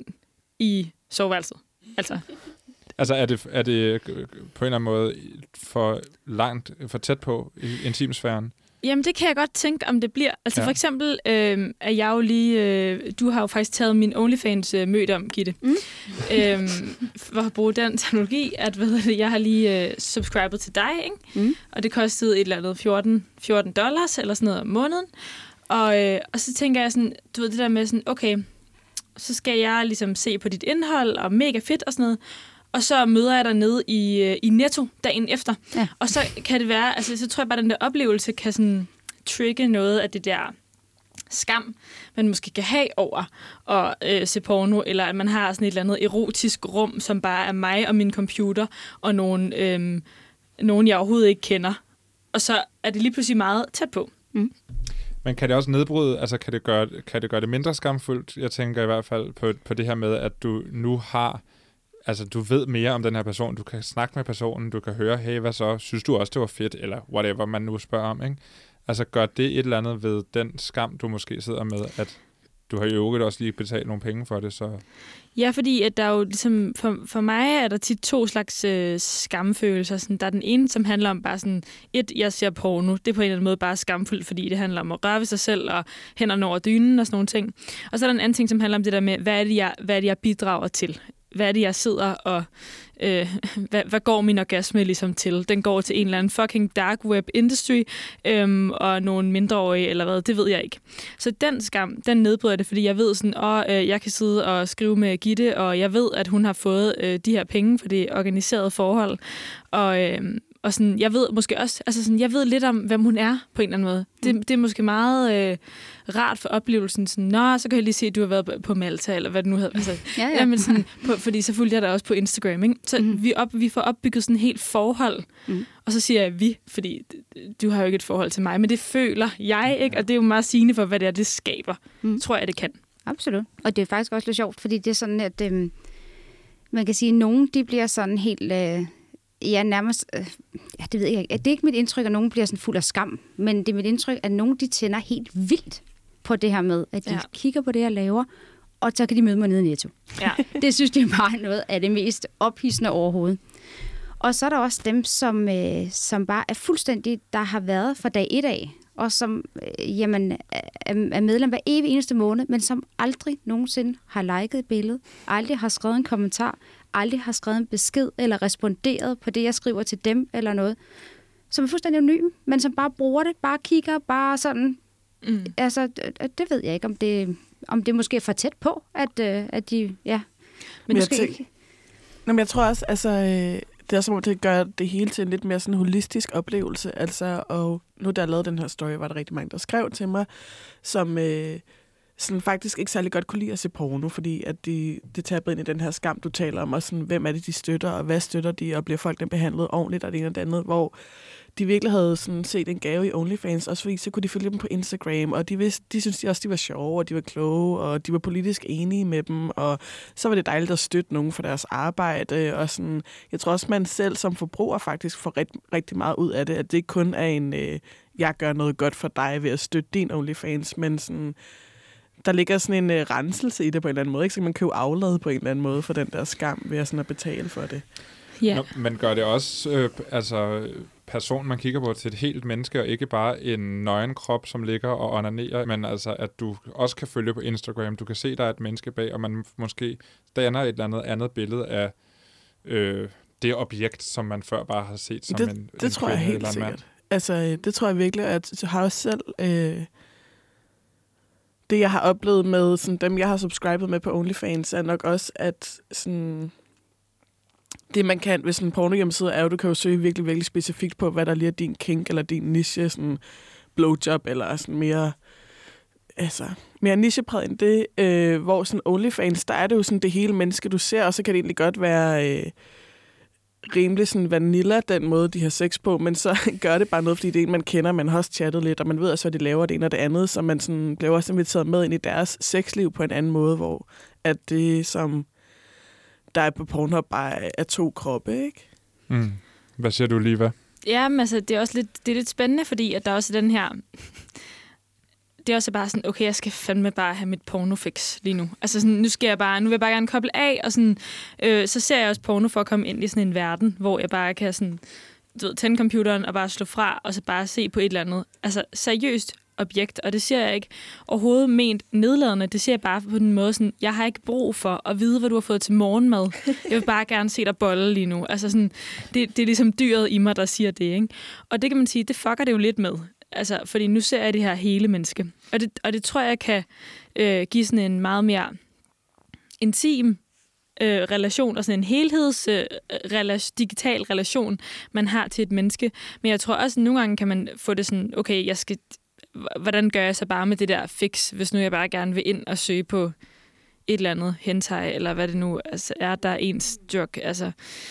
C: i soveværelset. Altså...
A: Altså, er det, er det på en eller anden måde for langt, for tæt på i intimsfæren?
C: Jamen, det kan jeg godt tænke, om det bliver. Altså,
A: ja.
C: For eksempel øh, er jeg jo lige... Øh, du har jo faktisk taget min OnlyFans øh, mødt om, Gitte. Mm. øhm, for at bruge den teknologi, at hvad det, jeg har lige øh, subscribet til dig, ikke? Mm. Og det kostede et eller andet fjorten dollars eller sådan noget om måneden. Og, øh, og så tænker jeg sådan, du ved det der med sådan, okay, så skal jeg ligesom se på dit indhold, og mega fedt og sådan noget. Og så møder jeg dig nede i, i Netto dagen efter. Ja. Og så kan det være, altså så tror jeg bare, at den der oplevelse kan sådan trigge noget af det der skam, man måske kan have over at øh, se porno, eller at man har sådan et eller andet erotisk rum, som bare er mig og min computer, og nogle, øh, nogen, jeg overhovedet ikke kender. Og så er det lige pludselig meget tæt på. Mm.
A: Men kan det også nedbryde, altså kan det gøre, kan det, gøre det mindre skamfuldt? Jeg tænker i hvert fald på, på det her med, at du nu har... Altså, du ved mere om den her person, du kan snakke med personen, du kan høre, hey, hvad så? Synes du også, det var fedt? Eller whatever, man nu spørger om, ikke? Altså, gør det et eller andet ved den skam, du måske sidder med, at du har jo også lige betalt nogle penge for det, så...
C: Ja, fordi at der er jo ligesom, for, for mig er der tit to slags øh, skamfølelser. Sådan, der er den ene, som handler om bare sådan, et, jeg ser porno, det er på en eller anden måde bare skamfuldt, fordi det handler om at røre ved sig selv og hænderne over dynen og sådan nogle ting. Og så er der en anden ting, som handler om det der med, hvad er det, jeg, hvad er det, jeg bidrager til? Hvad er det, jeg sidder og... Øh, hvad, hvad går min orgasme ligesom til? Den går til en eller anden fucking dark web industry, øhm, og nogle mindreårige, eller hvad, det ved jeg ikke. Så den skam, den nedbryder det, fordi jeg ved sådan, åh, øh, jeg kan sidde og skrive med Gitte, og jeg ved, at hun har fået øh, de her penge for det organiserede forhold. Og... Øh, Og sådan, jeg ved måske også, altså sådan, jeg ved lidt om, hvem hun er på en eller anden måde. Det, det er måske meget øh, rart for oplevelsen. Sådan, nå, så kan jeg lige se, at du har været på Malta, eller hvad det nu hedder. Altså, ja, ja. Jamen sådan, på, fordi så fulgte jeg dig også på Instagram, ikke? Så mm. vi, op, vi får opbygget sådan et helt forhold. Mm. Og så siger jeg vi, fordi du har jo ikke et forhold til mig, men det føler jeg, ikke? Og det er jo meget sigende for, hvad det er, det skaber. Mm. Tror jeg, det kan.
D: Absolut. Og det er faktisk også lidt sjovt, fordi det er sådan, at øh, man kan sige, at nogen, de bliver sådan helt... Øh, Ja, nærmest, øh, ja, det ved jeg ikke. Det er ikke mit indtryk, at nogen bliver sådan fuld af skam, men det er mit indtryk, at nogen, de tænder helt vildt på det her med, at de ja. kigger på det, jeg laver, og så kan de møde mig nede i Netto. Ja. Det synes de er bare noget af det mest ophidsende overhovedet. Og så er der også dem, som, øh, som bare er fuldstændig, der har været fra dag et af, og som øh, jamen, er, er medlem hver evig eneste måned, men som aldrig nogensinde har liket et billede, aldrig har skrevet en kommentar, aldrig har skrevet en besked eller responderet på det, jeg skriver til dem eller noget, som er fuldstændig anonym, men som bare bruger det, bare kigger, bare sådan. Mm. Altså, det, det ved jeg ikke, om det, om det måske er for tæt på, at, at de, ja. Men,
B: men
D: måske
B: jeg, tænker, men jeg tror også, altså, det er som om, det gør det hele til en lidt mere sådan holistisk oplevelse. Altså, og nu da jeg lavede den her story, var der rigtig mange, der skrev til mig, som øh, sådan faktisk ikke særlig godt kunne lide at se porno, fordi at de, de taber ind i den her skam, du taler om, og sådan, hvem er det, de støtter, og hvad støtter de, og bliver folk behandlet ordentligt, og det ene og det andet, hvor de virkelig havde sådan set en gave i OnlyFans, også fordi så kunne de følge dem på Instagram, og de, vidste, de syntes de også, de var sjove, og de var kloge, og de var politisk enige med dem, og så var det dejligt at støtte nogen for deres arbejde, og sådan, jeg tror også, man selv som forbruger faktisk får rigt, rigtig meget ud af det, at det ikke kun er en, øh, jeg gør noget godt for dig ved at støtte din OnlyFans, men sådan, der ligger sådan en øh, renselse i det på en eller anden måde, ikke? Så kan man købe aflad på en eller anden måde for den der skam ved at, sådan at betale for det.
C: Ja.
A: Nå, men gør det også, øh, altså personen, man kigger på, til et helt menneske, og ikke bare en nøgen krop, som ligger og onanerer, men altså, at du også kan følge på Instagram, du kan se, der er et menneske bag, og man måske danner et eller andet andet billede af øh, det objekt, som man før bare har set som
B: det,
A: en,
B: det
A: en
B: tror jeg
A: kvinde
B: helt
A: eller en mand.
B: sikkert. Altså, det tror jeg virkelig, at jeg har også selv... Øh det, jeg har oplevet med sådan, dem, jeg har subscribet med på OnlyFans, er nok også, at sådan, det, man kan ved sådan en pornohjemmeside, er jo, du kan jo søge virkelig, virkelig specifikt på, hvad der lige er din kink, eller din niche, sådan blowjob, eller sådan mere, altså, mere nichepræget end det. Øh, hvor sådan OnlyFans, der er det jo sådan det hele menneske, du ser, og så kan det egentlig godt være... Øh, rimelig sådan vanilla, den måde, de har sex på, men så gør det bare noget, fordi det er en, man kender, man har også chattet lidt, og man ved også, hvad de laver det ene og det andet, så man sådan bliver også inviteret med ind i deres sexliv på en anden måde, hvor at det, som der er på Pornhub, bare er to kroppe, ikke?
A: Mm. Hvad siger du, Liva?
C: Ja, men altså, det er også lidt, det er lidt spændende, fordi at der er også den her... Det er også bare sådan, okay, jeg skal fandme bare have mit pornofix lige nu. Altså sådan, nu skal jeg bare, nu vil jeg bare gerne koble af, og sådan, øh, så ser jeg også porno for at komme ind i sådan en verden, hvor jeg bare kan sådan, du ved, tænde computeren og bare slå fra, og så bare se på et eller andet, altså seriøst objekt, og det siger jeg ikke overhovedet ment nedladende, det siger jeg bare på den måde sådan, jeg har ikke brug for at vide, hvad du har fået til morgenmad. Jeg vil bare gerne se dig bolle lige nu. Altså sådan, det, det er ligesom dyret i mig, der siger det, ikke? Og det kan man sige, det fucker det jo lidt med. Altså, fordi nu ser jeg det her hele menneske. Og det, og det tror jeg kan øh, give sådan en meget mere intim øh, relation, og sådan en helheds øh, rela- digital relation, man har til et menneske. Men jeg tror også, at nogle gange kan man få det sådan, okay, jeg skal, hvordan gør jeg så bare med det der fix, hvis nu jeg bare gerne vil ind og søge på et eller andet hentai, eller hvad det nu altså, er, der er ens drug. Altså,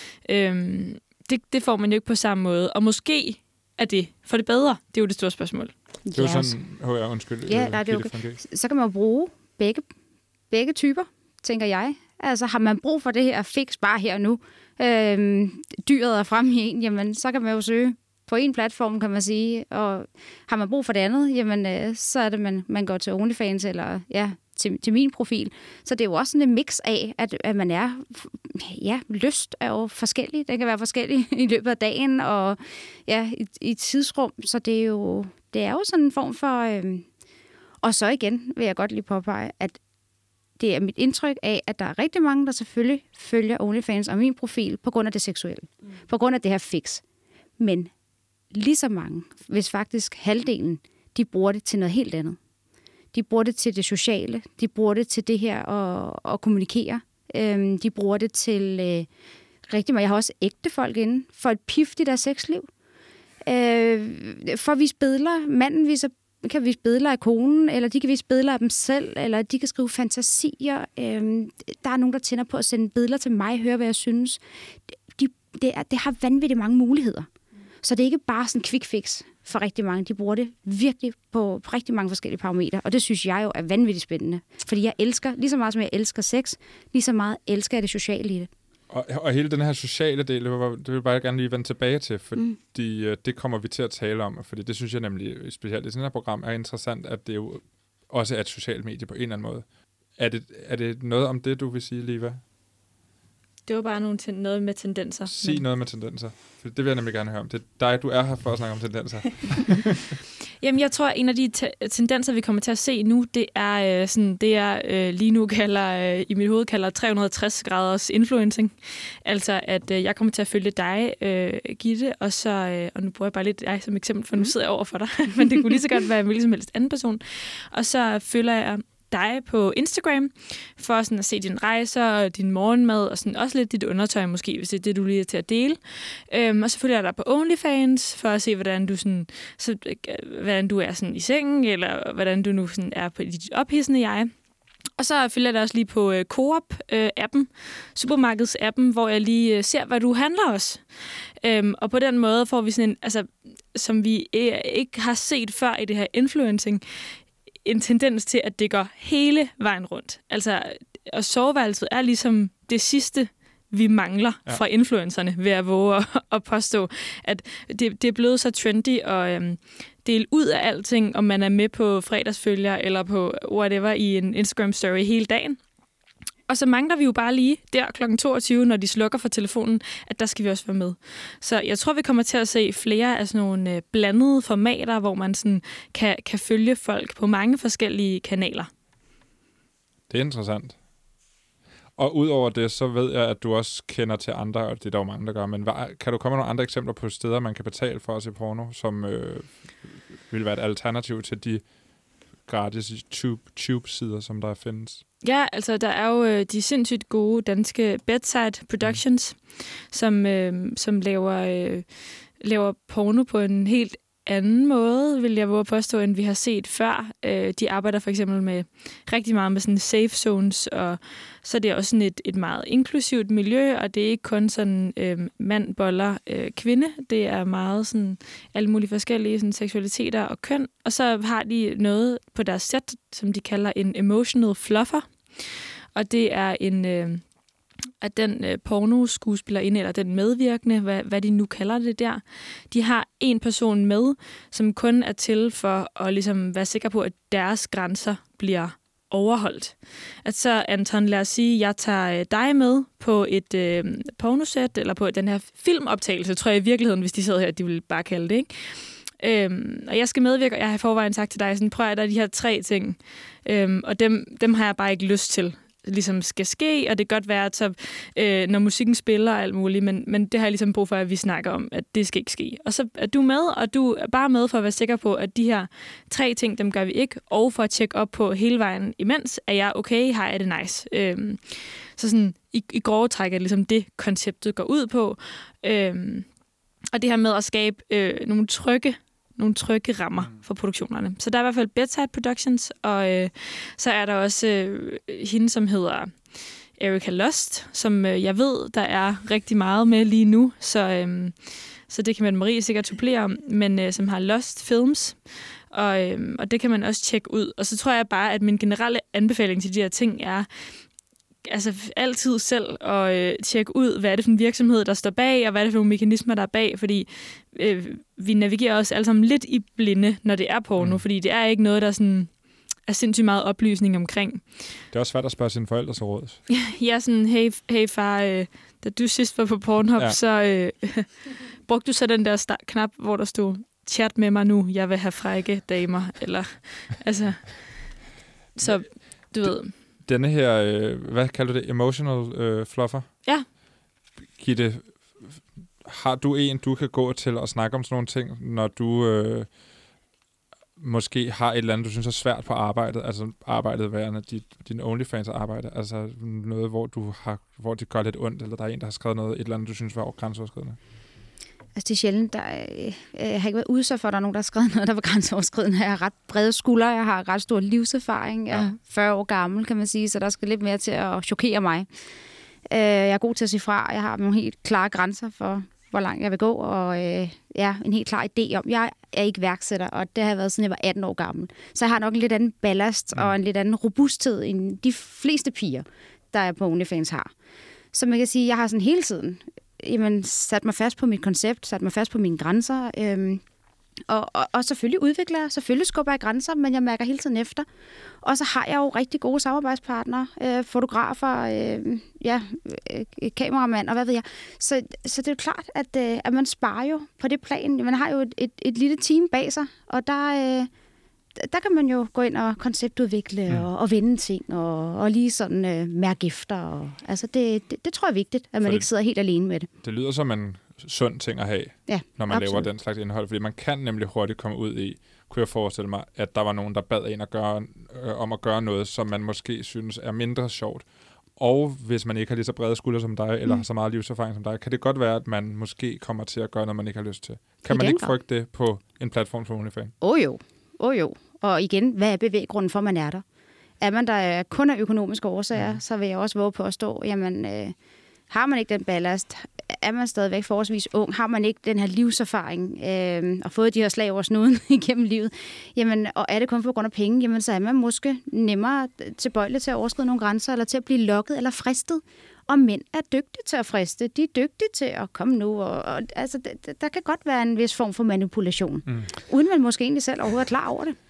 C: øhm, det, det får man jo ikke på samme måde. Og måske er det for det bedre? Det er jo det store spørgsmål.
A: Det er jo sådan, oh ja, undskyld.
D: Ja, nej, det er okay. Så kan man jo bruge begge, begge typer, tænker jeg. Altså har man brug for det her fix bare her og nu, øhm, dyret er fremme i en, jamen så kan man jo søge på en platform, kan man sige. Og har man brug for det andet, jamen øh, så er det, man, man går til OnlyFans eller ja, til, til min profil. Så det er jo også sådan en mix af, at, at man er... Ja, lyst er jo forskellig. Den kan være forskellig i løbet af dagen og ja, i, i et tidsrum. Så det er jo, det er jo sådan en form for... Øh, og så igen vil jeg godt lige påpege, at det er mit indtryk af, at der er rigtig mange, der selvfølgelig følger OnlyFans og min profil på grund af det seksuelle. Mm. På grund af det her fix. Men lige så mange, hvis faktisk halvdelen, de bruger det til noget helt andet. De bruger det til det sociale. De bruger det til det her at, at kommunikere. Øhm, de bruger det til øh, rigtig meget. Jeg har også ægte folk inde for et pift i deres sexliv. Øh, for at vise billeder. Manden viser, kan vise billeder af konen, eller de kan vise billeder af dem selv, eller de kan skrive fantasier. Øh, der er nogen, der tænder på at sende billeder til mig, høre, hvad jeg synes. De, det, er, det har vanvittigt mange muligheder. Så det er ikke bare sådan en quick fix for rigtig mange. De bruger det virkelig på, på rigtig mange forskellige parametre, og det synes jeg jo er vanvittigt spændende. Fordi jeg elsker, lige så meget som jeg elsker sex, lige så meget elsker jeg det sociale i det.
A: Og, og hele den her sociale del, det vil, det vil jeg bare gerne lige vende tilbage til, fordi mm. det kommer vi til at tale om, fordi det synes jeg nemlig, specielt i sådan her program, er interessant, at det jo også er et socialt medie på en eller anden måde. Er det, er det noget om det, du vil sige, Liva?
C: Det var bare nogle ten- noget med tendenser.
A: Sig men... noget med tendenser. For det vil jeg nemlig gerne høre om. Det er dig, du er her for at snakke om tendenser.
C: Jamen, jeg tror, at en af de te- tendenser, vi kommer til at se nu, det er øh, sådan, det jeg øh, lige nu kalder, øh, i mit hoved kalder tre hundrede og tres graders influencing. Altså, at øh, jeg kommer til at følge dig, øh, Gitte, og så, øh, og nu bruger jeg bare lidt dig som eksempel, for nu sidder jeg over for dig, men det kunne lige så godt være en hvilken som helst anden person. Og så følger jeg dig på Instagram, for sådan at se dine rejser og din morgenmad, og sådan også lidt dit undertøj måske, hvis det er det, du lige er til at dele. Øhm, og så følger jeg dig på OnlyFans, for at se, hvordan du, sådan, så, hvordan du er sådan i sengen, eller hvordan du nu sådan er på dit ophidsende jeg. Og så følger jeg dig også lige på øh, Coop-appen, øh, supermarkeds-appen, hvor jeg lige øh, ser, hvad du handler også. Øhm, og på den måde får vi sådan en, altså, som vi øh, ikke har set før i det her influencing, en tendens til, at det går hele vejen rundt. Altså, og soveværelset er ligesom det sidste, vi mangler ja. fra influencerne, ved at våge at, at påstå, at det, det er blevet så trendy at øhm, dele ud af alting, om man er med på fredagsfølger eller på whatever i en Instagram-story hele dagen. Og så mangler vi jo bare lige der klokken toogtyve, når de slukker for telefonen, at der skal vi også være med. Så jeg tror, vi kommer til at se flere af sådan nogle blandede formater, hvor man sådan kan, kan følge folk på mange forskellige kanaler.
A: Det er interessant. Og udover det, så ved jeg, at du også kender til andre, og det er der jo mange, der gør, men hvad, kan du komme med nogle andre eksempler på steder, man kan betale for at se porno, som øh, vil være et alternativ til de gratis tube, tube-sider, som der findes?
C: Ja, altså der er jo øh, de sindssygt gode danske Bedside Productions, mm. som, øh, som laver, øh, laver porno på en helt anden måde, vil jeg våge at påstå, end vi har set før. Øh, de arbejder for eksempel med rigtig meget med sådan safe zones, og så er det også sådan et, et meget inklusivt miljø, og det er ikke kun sådan øh, mand, boller, øh, kvinde. Det er meget sådan alle mulige forskellige sådan, seksualiteter og køn. Og så har de noget på deres set, som de kalder en emotional fluffer. Og det er en... Øh, at den øh, pornoskuespillerinde, eller den medvirkende, hvad, hvad de nu kalder det der, de har en person med, som kun er til for at ligesom være sikker på, at deres grænser bliver overholdt. At så, Anton, lad os sige, jeg tager øh, dig med på et øh, pornosæt, eller på den her filmoptagelse, tror jeg i virkeligheden, hvis de sidder her, de vil bare kalde det, ikke? Øhm, og jeg skal medvirke, og jeg har i forvejen sagt til dig, sådan, prøv at der er de her tre ting, øhm, og dem, dem har jeg bare ikke lyst til ligesom skal ske, og det kan godt være, at så, øh, når musikken spiller og alt muligt, men, men det har jeg ligesom brug for, at vi snakker om, at det skal ikke ske. Og så er du med, og du er bare med for at være sikker på, at de her tre ting, dem gør vi ikke, og for at tjekke op på hele vejen imens, er jeg okay, har jeg det nice. Øhm, så sådan, i, i grove træk er det ligesom det, konceptet går ud på. Øhm, og det her med at skabe øh, nogle trygge nogle trygge rammer for produktionerne. Så der er i hvert fald Bedside Productions, og øh, så er der også øh, hende, som hedder Erika Lust, som øh, jeg ved, der er rigtig meget med lige nu, så, øh, så det kan man Marie sikkert supplere om, men øh, som har Lust Films, og, øh, og det kan man også tjekke ud. Og så tror jeg bare, at min generelle anbefaling til de her ting er, altså altid selv at øh, tjekke ud, hvad er det for en virksomhed, der står bag, og hvad er det for nogle mekanismer, der er bag, fordi øh, vi navigerer os alle sammen lidt i blinde, når det er porno, mm. fordi det er ikke noget, der sådan, er sindssygt meget oplysning omkring.
A: Det er også svært at spørge sine forældre så råd.
C: Ja, sådan, hey, hey far, øh, da du sidst var på Pornhub, ja. så øh, brugte du så den der start- knap, hvor der stod, chat med mig nu, jeg vil have frække damer, eller altså, så du ved...
A: Denne her, øh, hvad kalder du det, emotional øh, fluffer?
C: Ja.
A: Gitte, har du en, du kan gå til og snakke om sådan nogle ting, når du øh, måske har et eller andet, du synes er svært på arbejdet, altså arbejdet værende, dit, din OnlyFans arbejde, altså noget, hvor du har, hvor det gør lidt ondt, eller der er en, der har skrevet noget, et eller andet, du synes var grænseoverskridende?
D: Altså det er sjældent, der øh, jeg har ikke været udsat for, at der er nogen, der har skrevet noget, der var grænseoverskridende. Jeg har ret brede skuldre, jeg har ret stor livserfaring, jeg er fyrre år gammel, kan man sige, så der skal lidt mere til at chokere mig. Øh, jeg er god til at sige fra, jeg har nogle helt klare grænser for, hvor langt jeg vil gå, og øh, ja, en helt klar idé om, jeg er ikke værksætter, og det har jeg været, siden jeg var atten år gammel. Så jeg har nok en lidt anden ballast mm. og en lidt anden robusthed, end de fleste piger, der er på OnlyFans har. Så man kan sige, jeg har sådan hele tiden jamen, sat mig fast på mit koncept, sat mig fast på mine grænser. Øhm, Og, og, og selvfølgelig udvikler jeg, selvfølgelig skubber jeg grænser, men jeg mærker hele tiden efter. Og så har jeg jo rigtig gode samarbejdspartnere, øh, fotografer, øh, ja, øh, kameramand og hvad ved jeg. Så, så det er jo klart, at, øh, at man sparer jo på det plan. Man har jo et, et, et lille team bag sig, og der, øh, der kan man jo gå ind og konceptudvikle mm. og, og vende ting og, og lige sådan øh, mærke efter. Og, altså det, det, det tror jeg er vigtigt, at man ikke sidder helt alene med det.
A: Det lyder som en sund ting at have,
D: ja,
A: når man
D: absolut.
A: laver den slags indhold, fordi man kan nemlig hurtigt komme ud i, kunne jeg forestille mig, at der var nogen, der bad en at gøre, øh, om at gøre noget, som man måske synes er mindre sjovt. Og hvis man ikke har lige så brede skuldre som dig, eller mm. har så meget livserfaring som dig, kan det godt være, at man måske kommer til at gøre noget, man ikke har lyst til. Kan man ikke frygte det på en platform for OnlyFans?
D: Åh oh, jo, åh oh, jo. Og igen, hvad er bevæggrunden for, man er der? Er man der kun af økonomiske årsager, mm. så vil jeg også våge på at stå, jamen, øh, har man ikke den ballast, er man stadigvæk forholdsvis ung, har man ikke den her livserfaring øh, og fået de her slag over snuden igennem livet, jamen, og er det kun på grund af penge, jamen, så er man måske nemmere tilbøjelig til at overskride nogle grænser, eller til at blive lokket eller fristet. Og mænd er dygtige til at friste. De er dygtige til at komme nu. Og, og, altså, der, der kan godt være en vis form for manipulation, mm. uden man måske egentlig selv overhovedet er klar over det.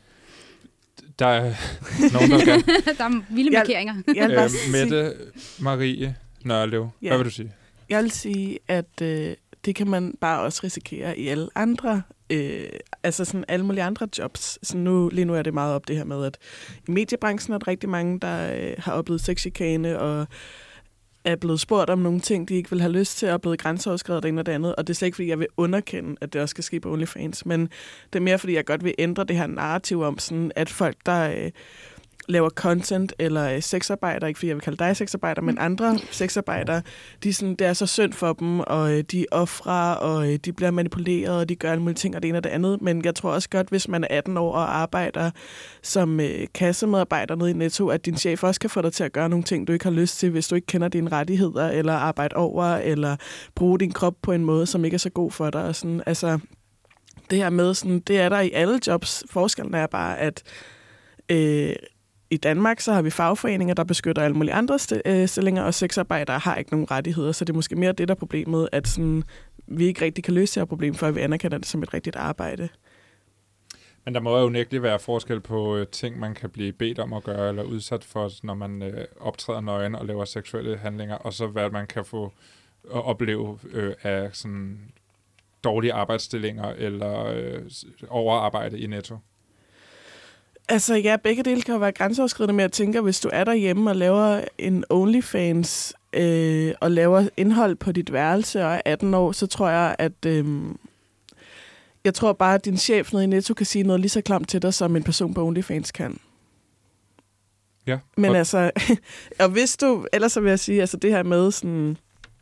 A: Der er nogen, der skal.
D: Der er vilde markeringer.
A: øh, Mette Marie Nørlev, ja. Hvad vil du sige?
B: Jeg vil sige, at øh, det kan man bare også risikere i alle andre, øh, altså sådan alle mulige andre jobs. Så nu, lige nu er det meget op det her med, at i mediebranchen er der rigtig mange, der øh, har oplevet sexchikane og er blevet spurgt om nogle ting, de ikke vil have lyst til, og er blevet grænseoverskredet det ene og det andet. Og det er slet ikke, fordi jeg vil underkende, at det også skal ske på OnlyFans, men det er mere, fordi jeg godt vil ændre det her narrativ om, sådan, at folk, der øh, laver content eller sexarbejder, ikke fordi jeg vil kalde dig sexarbejder, men andre sexarbejdere, de sådan, det er så synd for dem, og de er ofre, og de bliver manipuleret, og de gør alle mulige ting, og det ene og det andet. Men jeg tror også godt, hvis man er atten år og arbejder som øh, kassemedarbejder nede i Netto, at din chef også kan få dig til at gøre nogle ting, du ikke har lyst til, hvis du ikke kender dine rettigheder, eller arbejde over, eller bruge din krop på en måde, som ikke er så god for dig. Og sådan, altså, det her med, sådan, det er der i alle jobs. Forskellen er bare, at øh, i Danmark, så har vi fagforeninger, der beskytter alle mulige andre stillinger, og sexarbejdere har ikke nogen rettigheder, så det er måske mere det, der er problemet, at sådan, vi ikke rigtig kan løse det her problem, før vi anerkender det som et rigtigt arbejde.
A: Men der må jo unægteligt være forskel på øh, ting, man kan blive bedt om at gøre, eller udsat for, når man øh, optræder nøgen og laver seksuelle handlinger, og så hvad man kan få at opleve øh, af sådan dårlige arbejdsstillinger, eller øh, overarbejde i Netto.
B: Altså ja, begge dele kan jo være grænseoverskridende, men jeg tænker, hvis du er derhjemme og laver en OnlyFans øh, og laver indhold på dit værelse og er atten år, så tror jeg, at øh, jeg tror bare, at din chef nede i Netto kan sige noget lige så klamt til dig, som en person på OnlyFans kan.
A: Ja.
B: Men
A: og
B: altså, og hvis du, ellers så vil jeg sige, altså det her med sådan,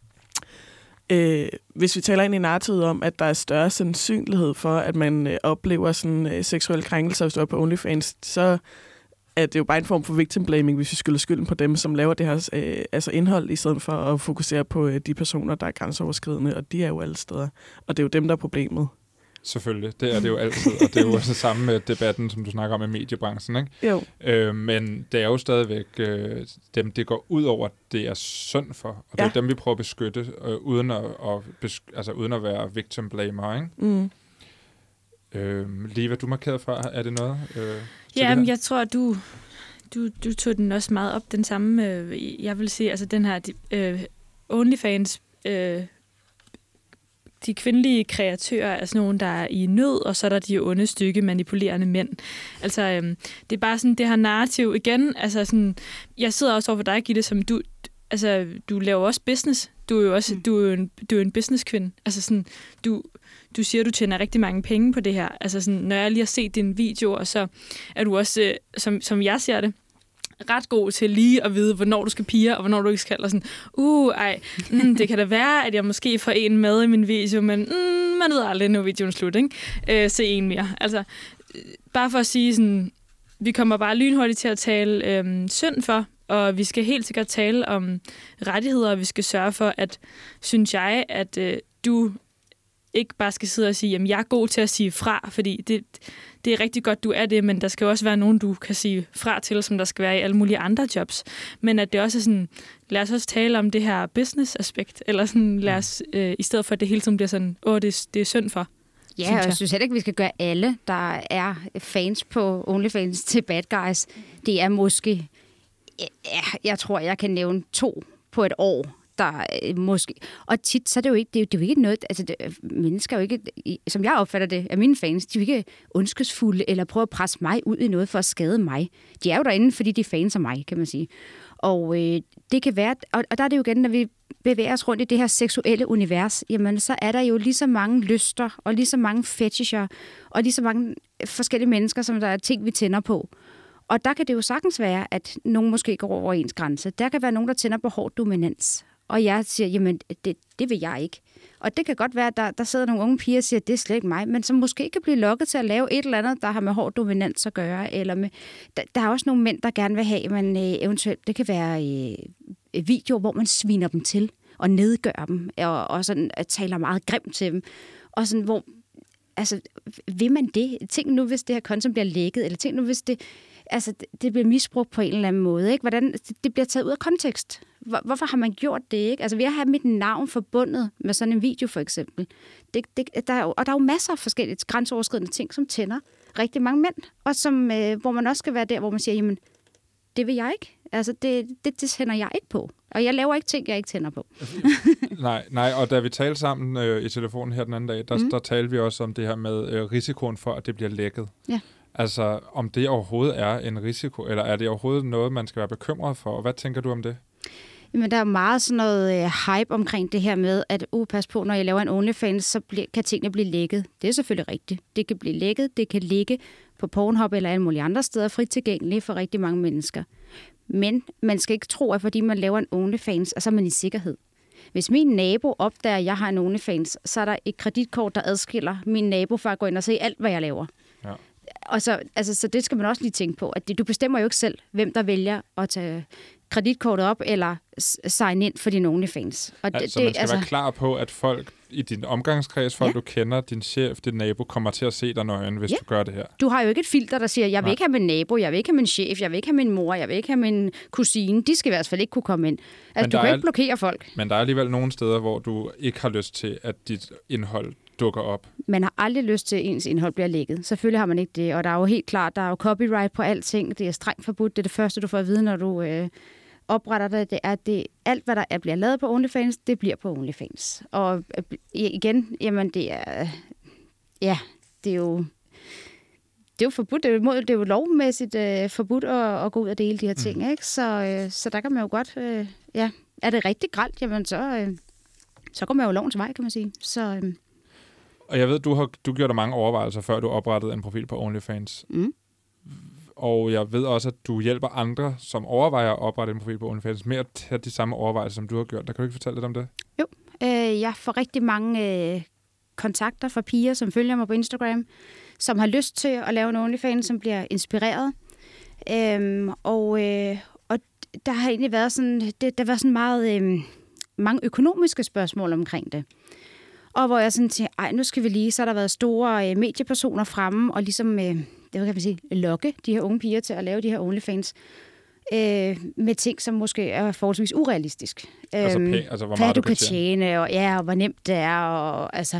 B: øh, hvis vi taler ind i narrativet om, at der er større sandsynlighed for, at man øh, oplever sådan øh, seksuelle krænkelser, hvis du er på OnlyFans, så er det jo bare en form for victim blaming, hvis vi skylder skylden på dem, som laver det her øh, altså indhold, i stedet for at fokusere på øh, de personer, der er grænseoverskridende, og de er jo alle steder. Og det er jo dem, der er problemet.
A: Selvfølgelig, det er det jo altid, og det er jo også det samme med debatten, som du snakker om i mediebranchen, ikke?
B: Jo.
A: Øh, men det er jo stadigvæk øh, dem, det går ud over, det er synd for, og det ja. er dem, vi prøver at beskytte, øh, uden, at, at besk- altså, uden at være victim blamer, ikke?
B: Mm.
A: Øh, Liva, du markerede fra, er det noget? Øh,
C: ja, men jeg tror, du, du, du tog den også meget op, den samme, øh, jeg vil sige, altså den her øh, OnlyFans, øh, de kvindelige kreatører er sådan nogle, der er i nød, og så er der de onde, stykke, manipulerende mænd. Altså, øhm, det er bare sådan, det her narrativ igen. Altså, sådan, jeg sidder også over for dig, Gitte, som du, altså, du laver også business. Du er jo også, mm. du er en, du er en businesskvinde. Altså, sådan, du, du siger, du tjener rigtig mange penge på det her. Altså, sådan, når jeg lige har set din video, og så er du også, øh, som, som jeg ser det, ret god til lige at vide, hvornår du skal pige, og hvornår du ikke skal. Og sådan, uh, ej, mm, det kan da være, at jeg måske får en med i min video, men mm, man ved aldrig, når videoen slut, ikke? Øh, se en mere. Altså, bare for at sige sådan, vi kommer bare lynhurtigt til at tale øh, synd for, og vi skal helt sikkert tale om rettigheder, og vi skal sørge for, at, synes jeg, at øh, du ikke bare skal sidde og sige, jamen jeg er god til at sige fra, fordi det, det er rigtig godt, du er det, men der skal også være nogen, du kan sige fra til, som der skal være i alle mulige andre jobs. Men at det også er sådan, lad os også tale om det her business-aspekt, eller sådan, lad os, øh, i stedet for at det hele tiden bliver sådan, åh, det, det er synd for.
D: Ja,
C: synes
D: og jeg
C: jeg.
D: synes heller ikke, vi skal gøre alle, der er fans på OnlyFans til bad guys. Det er måske, ja, jeg tror, jeg kan nævne to på et år, der måske... Og tit, så er det jo ikke, det er jo, det er jo ikke noget... Altså, det, mennesker er jo ikke... Som jeg opfatter det, af mine fans, de er jo ikke ondskabsfulde eller prøver at presse mig ud i noget for at skade mig. De er jo derinde, fordi de er fans af mig, kan man sige. Og øh, det kan være... Og, og der er det jo igen, når vi bevæger os rundt i det her seksuelle univers, jamen så er der jo lige så mange lyster, og lige så mange fetisher, og lige så mange forskellige mennesker, som der er ting, vi tænder på. Og der kan det jo sagtens være, at nogen måske går over ens grænse. Der kan være nogen, der tænder på hård dominans. Og jeg siger, jamen, det, det vil jeg ikke. Og det kan godt være, at der, der sidder nogle unge piger og siger, at det er slet ikke mig, men som måske kan blive lokket til at lave et eller andet, der har med hård dominans at gøre. Eller med, der, der er også nogle mænd, der gerne vil have, men øh, eventuelt, det kan være øh, videoer, hvor man sviner dem til og nedgør dem, og, og sådan, taler meget grimt til dem. Og sådan, hvor, altså, vil man det? Tænk nu, hvis det her content bliver lækket, eller tænk nu, hvis det, altså, det bliver misbrugt på en eller anden måde, ikke? Hvordan det bliver taget ud af kontekst. Hvor, hvorfor har man gjort det, ikke? Altså, ved at have mit navn forbundet med sådan en video, for eksempel. Det, det, der er jo, og der er jo masser af forskellige grænseoverskridende ting, som tænder rigtig mange mænd, og som, øh, hvor man også skal være der, hvor man siger, jamen, det vil jeg ikke. Altså, det, det, det tænder jeg ikke på. Og jeg laver ikke ting, jeg ikke tænder på.
A: nej, nej, og da vi talte sammen øh, i telefonen her den anden dag, der, mm. der talte vi også om det her med øh, risikoen for, at det bliver lækket.
D: Ja.
A: Altså, om det overhovedet er en risiko, eller er det overhovedet noget, man skal være bekymret for? Og hvad tænker du om det?
D: Jamen, der er meget sådan noget øh, hype omkring det her med, at uh, pas på, når jeg laver en OnlyFans, så bl- kan tingene blive lækket. Det er selvfølgelig rigtigt. Det kan blive lækket, det kan ligge på Pornhub eller alle mulige andre steder, frit tilgængelige for rigtig mange mennesker. Men man skal ikke tro, at fordi man laver en OnlyFans, så er man i sikkerhed. Hvis min nabo opdager, at jeg har en OnlyFans, så er der et kreditkort, der adskiller min nabo fra at gå ind og se alt, hvad jeg laver. Ja. Og så, altså, så det skal man også lige tænke på, at det, du bestemmer jo ikke selv, hvem der vælger at tage kreditkortet op eller sign ind for din OnlyFans. Og
A: altså,
D: det,
A: man skal
D: altså,
A: være klar på, at folk i din omgangskreds, folk ja. du kender, din chef, din nabo, kommer til at se dig nøgen, hvis ja. du gør det her.
D: Du har jo ikke et filter, der siger, jeg vil Nej. ikke have min nabo, jeg vil ikke have min chef, jeg vil ikke have min mor, jeg vil ikke have min kusine. De skal i hvert fald ikke kunne komme ind. Altså, du kan er, ikke blokere folk.
A: Men der er alligevel nogle steder, hvor du ikke har lyst til, at dit indhold dukker op.
D: Man har aldrig lyst til, at ens indhold bliver lækket. Selvfølgelig har man ikke det, og der er jo helt klart, der er jo copyright på alting. Det er strengt forbudt. Det er det første, du får at vide, når du øh, opretter det. Det er, det alt, hvad der er, bliver lavet på OnlyFans, det bliver på OnlyFans. Og øh, igen, jamen det er, ja, det er jo, det er jo forbudt. Det er jo, det er jo lovmæssigt øh, forbudt at, at gå ud og dele de her ting, mm. ikke? Så, øh, så der kan man jo godt, øh, ja, er det rigtig grelt, jamen så, øh, så går man jo lovens vej, kan man sige. Så øh,
A: Og jeg ved, du har du gjort dig mange overvejelser, før du oprettede en profil på OnlyFans. Mm. Og jeg ved også, at du hjælper andre, som overvejer at oprette en profil på OnlyFans, med at tage de samme overvejelser, som du har gjort. Der kan du ikke fortælle lidt om det?
D: Jo, øh, jeg får rigtig mange øh, kontakter fra piger, som følger mig på Instagram, som har lyst til at lave en OnlyFans, som bliver inspireret. Øhm, og, øh, og der har egentlig været sådan, det, der var sådan meget øh, mange økonomiske spørgsmål omkring det. Og hvor jeg sådan tænkte, ej, nu skal vi lige, så har der været store øh, mediepersoner fremme, og ligesom, øh, det kan man sige, lokke de her unge piger til at lave de her OnlyFans, øh, med ting, som måske er forholdsvis urealistisk.
A: Altså,
D: øhm,
A: pæ- altså hvor
D: hvad
A: meget
D: du
A: kan
D: kan tjene, og, ja, og hvor nemt det er, og altså...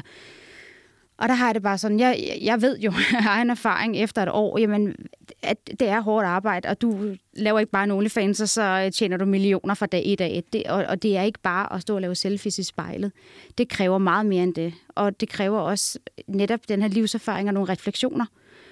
D: Og der har jeg det bare sådan, jeg, jeg ved jo af egen erfaring efter et år, jamen, at det er hårdt arbejde, og du laver ikke bare en OnlyFans, og så tjener du millioner fra dag i dag. Det, og, og det er ikke bare at stå og lave selfies i spejlet. Det kræver meget mere end det. Og det kræver også netop den her livserfaring og nogle refleksioner.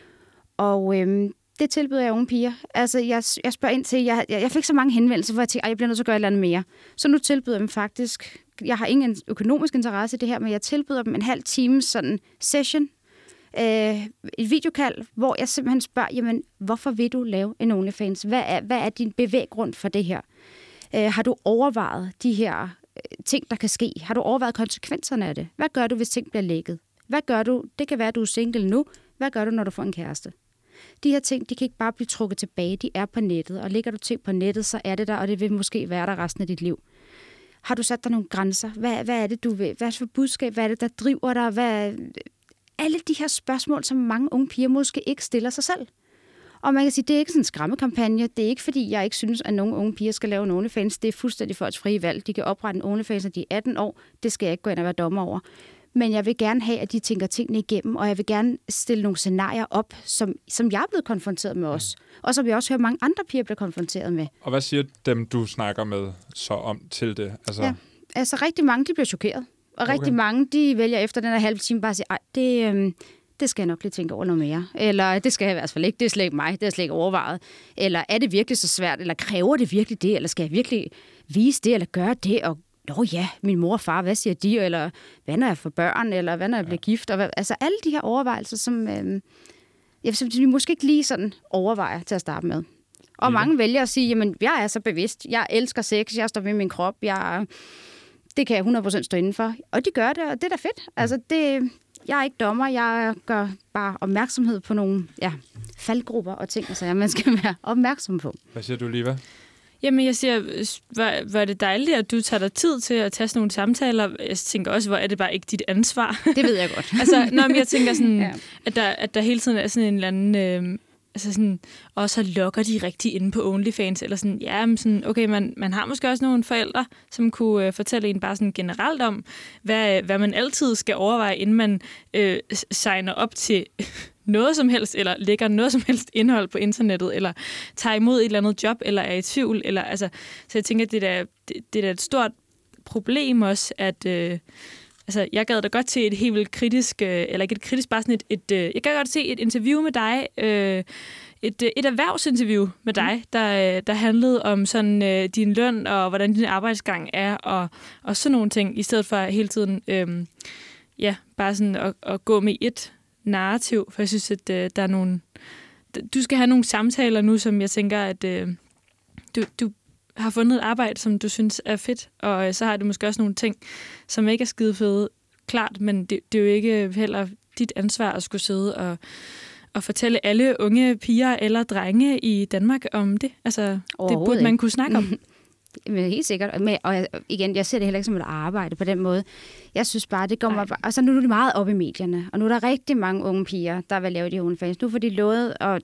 D: Og øhm, det tilbyder jeg unge piger. Altså, jeg, jeg spørger ind til, jeg, jeg fik så mange henvendelser, hvor jeg tænkte, jeg bliver nødt til at gøre et eller andet mere. Så nu tilbyder jeg dem faktisk, jeg har ingen økonomisk interesse i det her, men jeg tilbyder dem en halv time sådan session, øh, et videokald, hvor jeg simpelthen spørger, jamen, hvorfor vil du lave en OnlyFans? Hvad er, hvad er din bevæggrund for det her? Øh, har du overvejet de her ting, der kan ske? Har du overvejet konsekvenserne af det? Hvad gør du, hvis ting bliver lækket? Hvad gør du? Det kan være, at du er single nu. Hvad gør du, når du får en kæreste? De her ting, de kan ikke bare blive trukket tilbage. De er på nettet, og ligger du ting på nettet, så er det der, og det vil måske være der resten af dit liv. Har du sat dig nogle grænser? Hvad, hvad er det, du vil? Hvad er det for budskab? Hvad er det, der driver dig? Hvad... Alle de her spørgsmål, som mange unge piger måske ikke stiller sig selv. Og man kan sige, det er ikke sådan en skræmmekampagne. Det er ikke, fordi jeg ikke synes, at nogle unge piger skal lave en OnlyFans. Det er fuldstændig folks frie valg. De kan oprette en OnlyFans, når de er atten år. Det skal jeg ikke gå ind og være dommer over. men jeg vil gerne have, at de tænker tingene igennem, og jeg vil gerne stille nogle scenarier op, som, som jeg er blevet konfronteret med også, mm. og som jeg også hører mange andre piger bliver konfronteret med.
A: Og hvad siger dem, du snakker med så om til det? Altså...
D: Ja, altså rigtig mange, de bliver chokeret, og
A: okay.
D: rigtig mange, de vælger efter den her halve time bare at sige, ej, det, øhm, det skal jeg nok lige tænke over noget mere, eller det skal jeg i hvert fald ikke, det er slet ikke mig, det er slet ikke overvejet, eller er det virkelig så svært, eller kræver det virkelig det, eller skal jeg virkelig vise det, eller gøre det, og nå ja, min mor og far, hvad siger de? Eller hvad når jeg får børn? Eller hvad når jeg bliver ja. gift? Og hvad, altså alle de her overvejelser, som, øh, ja, som vi måske ikke lige sådan overvejer til at starte med. Og ja. mange vælger at sige, jamen jeg er så bevidst, jeg elsker sex, jeg står ved min krop, jeg, det kan jeg hundrede procent stå indenfor. Og de gør det, og det er da fedt. Altså det, jeg er ikke dommer, jeg gør bare opmærksomhed på nogle ja, faldgrupper og ting, så man skal være opmærksom på.
A: Hvad siger du, Liva?
C: Jamen, jeg siger, hvor, hvor er det dejligt, at du tager dig tid til at tage sådan nogle samtaler. Jeg tænker også, hvor er det bare ikke dit ansvar.
D: Det ved jeg godt.
C: altså, når jeg tænker sådan,
D: ja.
C: at, der, at der hele tiden er sådan en eller anden... Øh, altså sådan, og så lokker de rigtig inde på OnlyFans, eller sådan, ja, men sådan, okay, man, man har måske også nogle forældre, som kunne øh, fortælle en bare sådan generelt om, hvad, hvad man altid skal overveje, inden man øh, signer op til noget som helst, eller lægger noget som helst indhold på internettet, eller tager imod et eller andet job, eller er i tvivl, eller altså, så jeg tænker, at det er, det, det er et stort problem også, at øh, altså, jeg gad da godt til et helt vildt kritisk, øh, eller ikke et kritisk, bare sådan et, et øh, jeg gad godt se et interview med dig, øh, et, et erhvervsinterview med dig, der, der handlede om sådan øh, din løn, og hvordan din arbejdsgang er, og, og sådan nogle ting, i stedet for hele tiden, øh, ja, bare sådan at, at gå med et narrativ, for jeg synes, at øh, der er nogle... Du skal have nogle samtaler nu, som jeg tænker, at øh, du, du har fundet et arbejde, som du synes er fedt, og øh, så har du måske også nogle ting, som ikke er skide fede, klart, men det, det er jo ikke heller dit ansvar at skulle sidde og, og fortælle alle unge piger eller drenge i Danmark om det. Altså, det burde man kunne snakke om.
D: Men helt sikkert. Men, og igen, jeg ser det heller ikke som et arbejde på den måde. Jeg synes bare, det går mig bare... Altså, nu er det meget op i medierne, og nu er der rigtig mange unge piger, der vil lave de OnlyFans. Nu får de lovet, og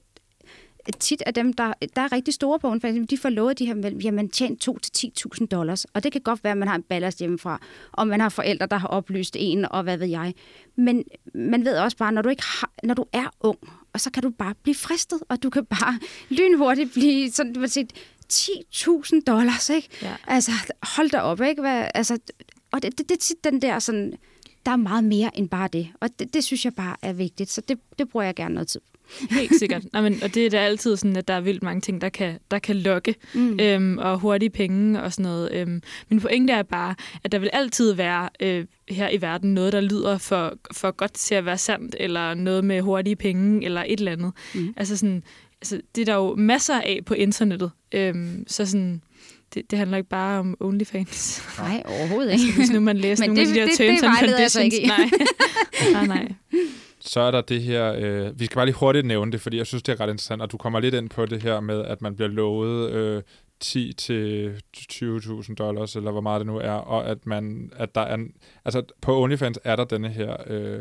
D: tit af dem, der, der er rigtig store på OnlyFans, de får lovet de her mellem, jamen, tjent to til ti tusind dollars. Og det kan godt være, at man har en ballast hjemmefra, og man har forældre, der har oplyst en, og hvad ved jeg. Men man ved også bare, når du, ikke har, når du er ung, og så kan du bare blive fristet, og du kan bare lynhurtigt blive sådan, du vil sige, ti tusind dollars, ikke? Ja. Altså, hold da op, ikke? Hvad, altså, og det, det, det er tit den der sådan, der er meget mere end bare det. Og det, det synes jeg bare er vigtigt, så det, det bruger jeg gerne noget tid.
C: Helt sikkert. Nå, men, og det er da altid sådan, at der er vildt mange ting, der kan, der kan lokke, mm. øhm, og hurtige penge og sådan noget. Øhm. Min pointe er bare, at der vil altid være øh, her i verden noget, der lyder for, for godt til at være sandt, eller noget med hurtige penge, eller et eller andet. Mm. Altså sådan, altså, det er der jo masser af på internettet. Øhm, så sådan... Det, det handler ikke bare om OnlyFans.
D: Nej, overhovedet ikke.
C: Altså, hvis nu man læser nogle
D: det,
C: af de der
D: det,
C: terms
D: det,
C: and
D: det
C: conditions.
D: Altså ikke.
C: Nej. nej, nej.
A: Så er der det her, øh, vi skal bare lige hurtigt nævne det, fordi jeg synes, det er ret interessant, og du kommer lidt ind på det her med, at man bliver lovet øh, ti til tyve tusind dollars, eller hvor meget det nu er, og at man, at der er, altså på OnlyFans er der denne her øh,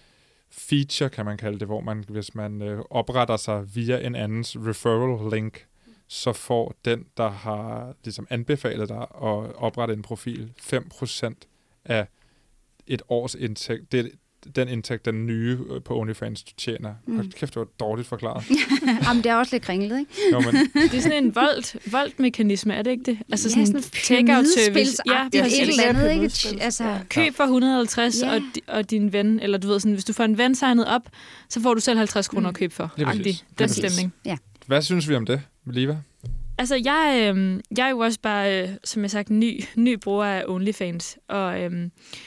A: feature, kan man kalde det, hvor man, hvis man øh, opretter sig via en andens referral link, så får den, der har ligesom anbefalet dig at oprette en profil, fem procent af et års indtægt. Det, den indtægt, den nye på OnlyFans tjener. Mm. Hold kæft, det var dårligt forklaret.
D: Jamen, det er også lidt kringlet, ikke?
A: Jo, men...
C: Det er sådan en voldt, voldt-mekanisme, er det ikke det? Altså
D: ja,
C: sådan en
D: take-out-service.
C: Ja,
D: det er et eller andet, ikke? Altså...
C: Ja. Køb for et hundrede og halvtreds, ja. og, og din ven, eller du ved sådan, hvis du får en ven signet op, så får du selv halvtreds kroner at købe for.
A: Det
C: den stemning.
D: Ja.
A: Hvad synes vi om det, Liva?
C: Altså, jeg, øh, jeg er jo også bare, øh, som jeg sagt, ny, ny bruger af OnlyFans, og øh,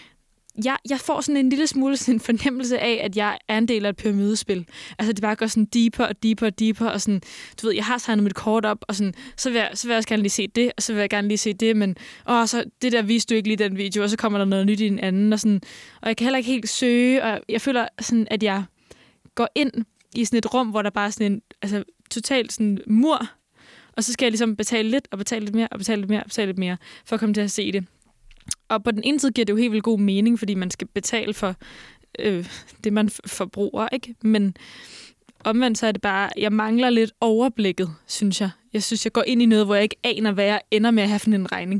C: jeg, jeg får sådan en lille smule sådan en fornemmelse af, at jeg er en del af et pyramidespil. Altså, det bare går sådan deeper og deeper og deeper, og sådan, du ved, jeg har signet mit kort op, og sådan, så vil, jeg, så vil jeg også gerne lige se det, og så vil jeg gerne lige se det, men åh, så det der viste du ikke lige den video, og så kommer der noget nyt i den anden, og sådan, og jeg kan heller ikke helt søge, og jeg føler sådan, at jeg går ind i sådan et rum, hvor der bare er sådan en, altså, totalt sådan mur, og så skal jeg ligesom betale lidt, og betale lidt mere, og betale lidt mere, og betale lidt mere, for at komme til at se det. Og på den ene side giver det jo helt vildt god mening, fordi man skal betale for øh, det, man forbruger, ikke? Men omvendt så er det bare, jeg mangler lidt overblikket, synes jeg. Jeg synes, jeg går ind i noget, hvor jeg ikke aner, hvad jeg ender med at have for en regning.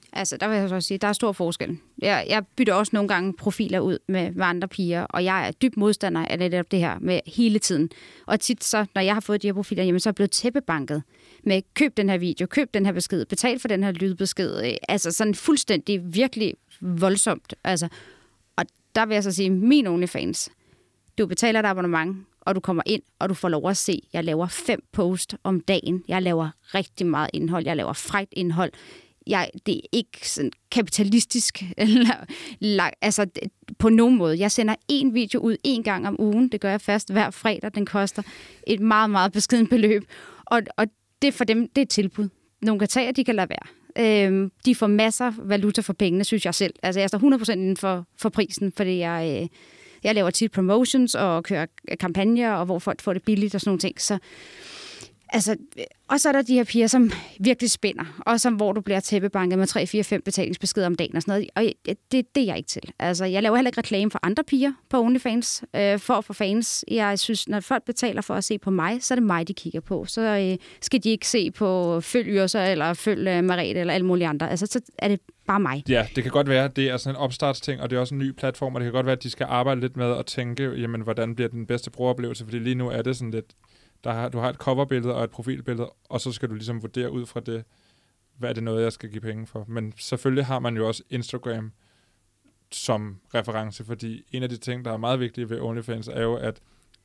D: Altså, der vil jeg så også sige, der er stor forskel. Jeg, jeg bytter også nogle gange profiler ud med, med andre piger, og jeg er dybt modstander af det, det her med hele tiden. Og tit så, når jeg har fået de her profiler, jamen, så er jeg blevet tæppebanket med, køb den her video, køb den her besked, betal for den her lydbesked. Altså sådan fuldstændig, virkelig voldsomt. Altså, og der vil jeg så sige, min OnlyFans, du betaler et abonnement, og du kommer ind, og du får lov at se, jeg laver fem post om dagen. Jeg laver rigtig meget indhold. Jeg laver frækt indhold. Jeg, det er ikke sådan kapitalistisk, eller, altså på nogen måde. Jeg sender en video ud en gang om ugen. Det gør jeg fast hver fredag. Den koster et meget, meget beskeden beløb. Og, og det for dem, det er et tilbud. Nogle kan tage, og de kan lade være. Øhm, de får masser valuta for pengene, synes jeg selv. Altså jeg står hundrede procent inden for, for prisen, fordi jeg... Øh, Jeg laver tit promotions og kører kampagner, og hvor folk får det billigt og sådan nogle ting. Så, altså, og så er der de her piger, som virkelig spænder, og som, hvor du bliver tæppebanket med tre, fire, fem betalingsbeskeder om dagen og sådan noget. Og det, det er jeg ikke til. Altså, jeg laver heller ikke reklame for andre piger på OnlyFans, øh, for at få fans. Jeg synes, når folk betaler for at se på mig, så er det mig, de kigger på. Så øh, skal de ikke se på følg Yrsa, eller følg øh, Merete, eller alle mulige andre. Altså, så er det bare mig.
A: Ja, det kan godt være, at det er sådan en opstartsting, og det er også en ny platform, og det kan godt være, at de skal arbejde lidt med at tænke, jamen, hvordan bliver den bedste brugeroplevelse, fordi lige nu er det sådan lidt, der har, du har et coverbillede og et profilbillede, og så skal du ligesom vurdere ud fra det, hvad er det noget, jeg skal give penge for. Men selvfølgelig har man jo også Instagram som reference, fordi en af de ting, der er meget vigtige ved OnlyFans, er jo, at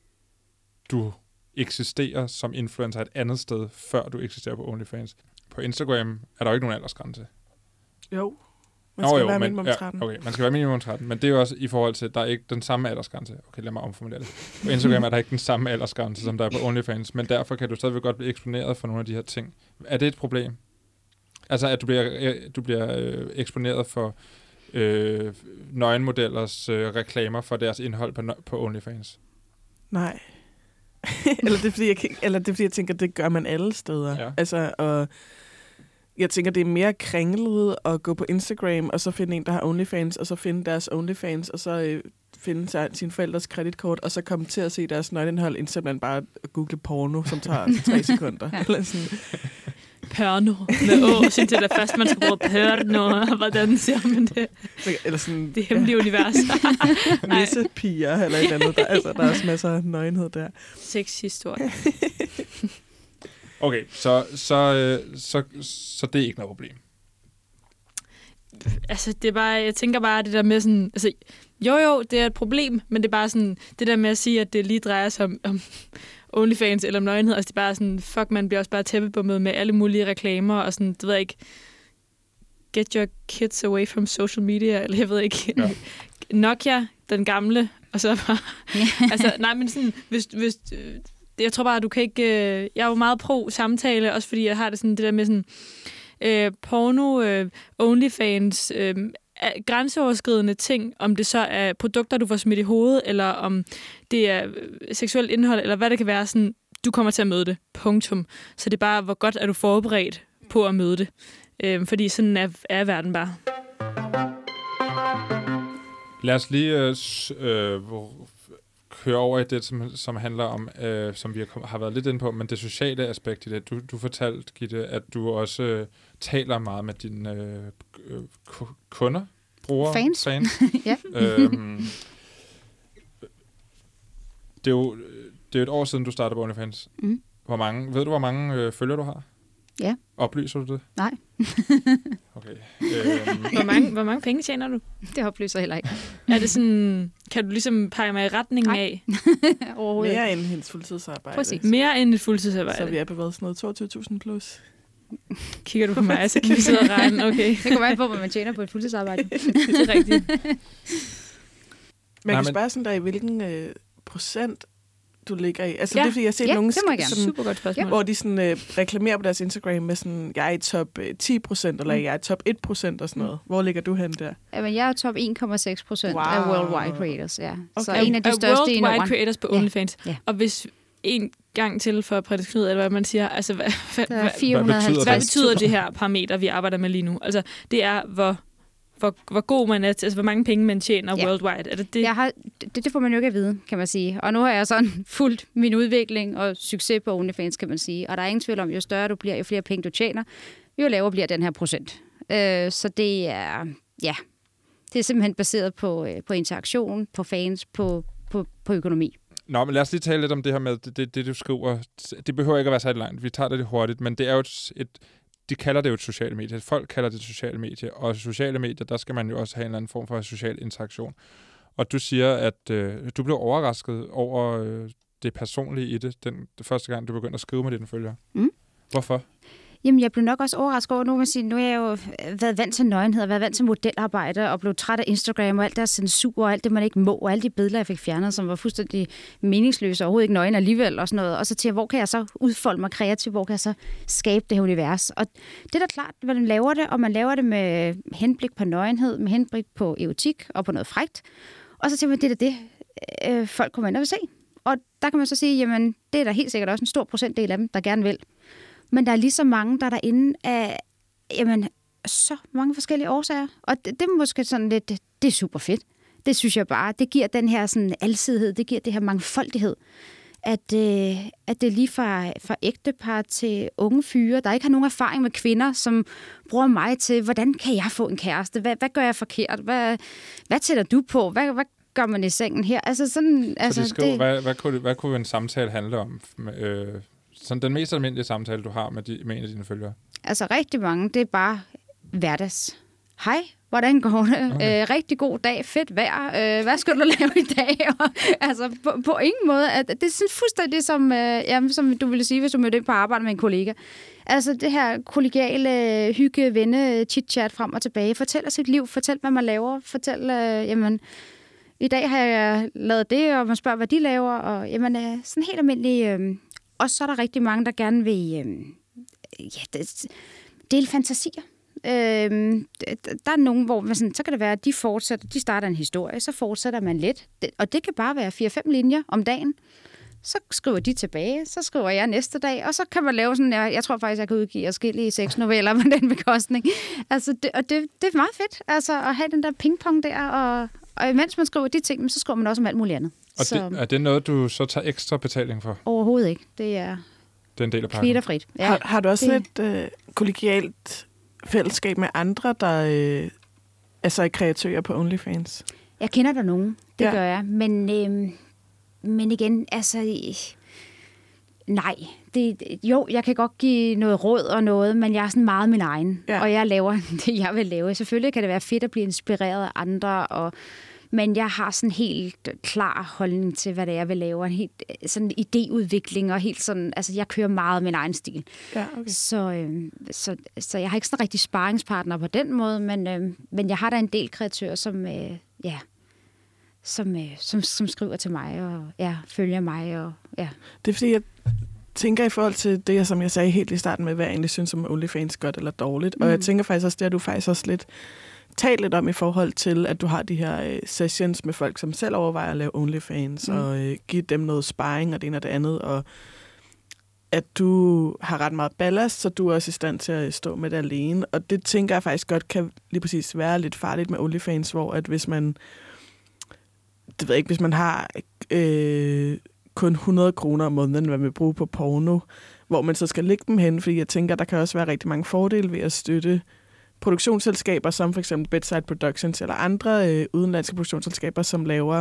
A: du eksisterer som influencer et andet sted, før du eksisterer på OnlyFans. På Instagram er der jo ikke nogen aldersgrænse.
B: Jo, man skal
A: Nå, jo,
B: være
A: men,
B: minimum tretten.
A: Ja, okay, man skal være minimum tretten, men det er jo også i forhold til, der er ikke den samme aldersgrænse. Okay, lad mig omformulere det. På Instagram er der ikke den samme aldersgrænse, som der er på OnlyFans, men derfor kan du stadigvæk godt blive eksponeret for nogle af de her ting. Er det et problem? Altså, at du bliver, du bliver øh, eksponeret for øh, nøgenmodellers øh, reklamer for deres indhold på, på OnlyFans?
B: Nej. eller, det er, fordi jeg, eller det er, fordi jeg tænker, det gør man alle steder.
A: Ja.
B: Altså, og jeg tænker, det er mere kringlet at gå på Instagram, og så finde en, der har OnlyFans, og så finde deres OnlyFans, og så øh, finde sig, sine forældres kreditkort, og så komme til at se deres nøgenindhold, indtil man bare google porno, som tager tre sekunder.
D: Ja.
B: Eller sådan.
C: Porno. Med å, synes jeg, det er først, man skal bruge porno. Hvordan siger man det?
B: Eller sådan,
C: Det hemmelige ja. univers.
B: Visse piger, eller et eller andet. Der, altså, der er også masser af nøgenhed der.
C: Sexhistorie.
A: Okay, så, så, så, så det er ikke noget problem.
C: Altså, det er bare, jeg tænker bare det der med sådan, altså, jo jo, det er et problem, men det er bare sådan, det der med at sige, at det lige drejer sig om, om OnlyFans eller om nøgenhed, altså det er bare sådan, fuck, man bliver også bare tæppebommet med alle mulige reklamer, og sådan, det ved jeg ikke, get your kids away from social media, eller jeg ved ikke, ja. Nokia, den gamle, og så bare, altså, nej, men sådan, hvis, hvis, jeg tror bare, du kan ikke, jeg er jo meget pro-samtale, også fordi jeg har det sådan, det der med sådan, øh, porno, øh, OnlyFans, øh, grænseoverskridende ting, om det så er produkter, du får smidt i hovedet, eller om det er seksuelt indhold, eller hvad det kan være, sådan, du kommer til at møde det. Punktum. Så det er bare, hvor godt er du forberedt på at møde det. Øh, fordi sådan er, er verden bare.
A: Lad os lige øh, øh, køre over i det, som, som handler om, øh, som vi har, har været lidt inde på, men det sociale aspekt i det. Du, du fortalte, Gitte, at du også øh, taler meget med dine øh, kunder, brugere,
D: fans.
A: fans.
D: Ja.
A: øhm, det, er jo, det er jo et år siden, du startede på OnlyFans.
D: Mm.
A: Hvor mange, ved du, hvor mange øh, følgere du har?
D: Ja.
A: Oplyser du det?
D: Nej.
A: Okay. Øhm,
C: Hvor mange, hvor mange penge tjener du?
D: Det oplyser heller ikke.
C: Er det sådan, kan du ligesom pege mig i retning
D: Nej.
C: af?
D: Overhovedet
B: Mere
D: ikke.
B: end hendes fuldtidsarbejde.
D: Præcis.
C: Mere end et fuldtidsarbejde?
B: Så vi er bevæget sådan noget toogtyve tusind plus.
C: Kigger du på mig, så kan vi sidde og regne. Okay.
D: Det kommer an på, hvad man tjener på et fuldtidsarbejde.
C: Det er rigtigt.
B: Man
A: Nej,
B: kan
A: men-
B: spørge sådan der, i hvilken øh, procent du ligger i. Altså
C: Ja.
B: det er, fordi jeg har set
D: Ja,
B: nogle,
D: det må jeg gerne.
B: sådan,
C: Super godt spørgsmål.
B: hvor de sådan, øh, reklamerer på deres Instagram med sådan, jeg er i top øh, ti procent, eller
C: Mm.
B: jeg er i top et procent og sådan noget. Hvor ligger du hen der?
D: Jamen, jeg er top en komma seks procent
B: Wow.
D: af worldwide creators, ja. Okay. Så
B: Okay.
D: en af de
C: Er
D: største i
C: worldwide
D: Norden.
C: creators på
D: Ja.
C: OnlyFans.
D: Ja.
C: Og hvis en gang til for at prædikere, eller hvad man siger, altså hvad, hvad,
D: Der er
C: hvad,
D: fire hundrede og halvtreds
C: hvad betyder det her parameter, vi arbejder med lige nu? Altså, det er, hvor, hvor, hvor god man er til, altså hvor mange penge man tjener
D: Ja.
C: worldwide. Er det det?
D: Jeg har, det, det får man jo ikke at vide, kan man sige. Og nu har jeg sådan fulgt min udvikling og succes på OnlyFans, kan man sige. Og der er ingen tvivl om, jo større du bliver, jo flere penge du tjener, jo lavere bliver den her procent. Øh, så det er, ja, det er simpelthen baseret på, øh, på interaktion, på fans, på, på, på økonomi.
A: Nå, men lad os lige tale lidt om det her med, det, det, det du skriver. Det behøver ikke at være så langt. Vi tager det lidt hurtigt, men det er jo et, et de kalder det jo et socialt medie. Folk kalder det et socialt medie, og sociale medier, der skal man jo også have en eller anden form for social interaktion. Og du siger, at øh, du blev overrasket over øh, det personlige i det, den det første gang, du begyndte at skrive med dine følgere. Mm. Hvorfor?
D: Jamen, jeg blev nok også overrasket over, nu, sige, nu er jeg jo været vant til nøgenhed, og været vant til modelarbejde, og blev træt af Instagram, og alt der censur, og alt det, man ikke må, og alle de billeder, jeg fik fjernet, som var fuldstændig meningsløse, og overhovedet ikke nøgen alligevel, og sådan noget. Og så til, hvor kan jeg så udfolde mig kreativt, hvor kan jeg så skabe det her univers? Og det er da klart, når man laver det, og man laver det med henblik på nøgenhed, med henblik på erotik, og på noget frækt. Og så tænker man, det er det, øh, folk kommer ind og vil se. Og der kan man så sige, jamen, det er der helt sikkert også en stor procentdel af dem, der gerne vil. Men der er lige så mange, der er derinde af, jamen, så mange forskellige årsager. Og det, det er måske sådan lidt, det er super fedt. Det synes jeg bare, det giver den her sådan alsidighed, det giver det her mangfoldighed. At, øh, at det er lige fra, fra ægtepar til unge fyre, der ikke har nogen erfaring med kvinder, som bruger mig til, hvordan kan jeg få en kæreste? Hvad, hvad gør jeg forkert? Hvad, hvad tæller du på? Hvad, hvad gør man i sengen her? Altså sådan,
A: så
D: altså,
A: de skriver,
D: det...
A: hvad, hvad, kunne, hvad kunne en samtale handle om? Øh, sådan den mest almindelige samtale, du har med, de, med en af dine følgere?
D: Altså rigtig mange, det er bare hverdags. Hej, hvordan går det? Okay. Øh, rigtig god dag, fedt vejr. Øh, hvad skal du lave i dag? Og, altså på, på ingen måde. At, det er sådan fuldstændig som, øh, jamen, som du ville sige, hvis du mødte på arbejde med en kollega. Altså det her kollegiale hygge, venne, chit-chat frem og tilbage. Fortæl os sit liv, fortæl hvad man laver, fortæl, øh, jamen, i dag har jeg lavet det, og man spørger, hvad de laver, og jamen, øh, sådan helt almindeligt. Øh, og så er der rigtig mange, der gerne vil øh, ja, dele fantasier. Øhm, der er nogen, hvor man sådan, så kan det være, at de fortsætter, de starter en historie, så fortsætter man lidt. Det, og det kan bare være fire fem linjer om dagen. Så skriver de tilbage, så skriver jeg næste dag, og så kan man lave sådan, jeg, jeg tror faktisk, jeg kan udgive forskellige sexnoveller med den bekostning. Altså, det, og det, det er meget fedt, altså at have den der pingpong der, og, og imens man skriver de ting, så skriver man også om alt muligt andet.
A: Og
D: så,
A: det, er det noget, du så tager ekstra betaling for?
D: Overhovedet ikke. Det er,
A: det er en del af pakken.
D: Frit. Ja,
B: har, har du også
D: det,
B: et øh, kollegialt fællesskab med andre, der øh, er så kreatører på OnlyFans?
D: Jeg kender der nogen, det
B: ja.
D: gør jeg. Men, øh, men igen, altså... Nej. Det, jo, jeg kan godt give noget råd og noget, men jeg er sådan meget min egen. Ja. Og jeg laver det, jeg vil lave. Selvfølgelig kan det være fedt at blive inspireret af andre, og, men jeg har sådan en helt klar holdning til, hvad det er, jeg vil lave. En helt sådan idéudvikling, og helt sådan... Altså, jeg kører meget min egen stil.
B: Ja, okay.
D: Så, øh, så, så jeg har ikke sådan rigtig sparringspartner på den måde, men, øh, men jeg har da en del kreatører, som... Øh, ja... Som, øh, som, som skriver til mig og ja, følger mig. Og, ja.
B: Det er fordi, jeg tænker i forhold til det, som jeg sagde helt i starten med, hvad jeg egentlig synes om OnlyFans godt eller dårligt. Mm. Og jeg tænker faktisk også, det har du faktisk også lidt talt lidt om i forhold til, at du har de her øh, sessions med folk, som selv overvejer at lave OnlyFans, mm. og øh, give dem noget sparring og det ene og det andet, og at du har ret meget ballast, så du er også i stand til at stå med det alene. Og det tænker jeg faktisk godt kan lige præcis være lidt farligt med OnlyFans, hvor at hvis man det ved jeg ikke, hvis man har øh, kun hundrede kroner om måneden, hvad man vil bruge på porno, hvor man så skal lægge dem hen, fordi jeg tænker, der kan også være rigtig mange fordele ved at støtte produktionsselskaber, som for eksempel Bedside Productions eller andre øh, udenlandske produktionsselskaber, som laver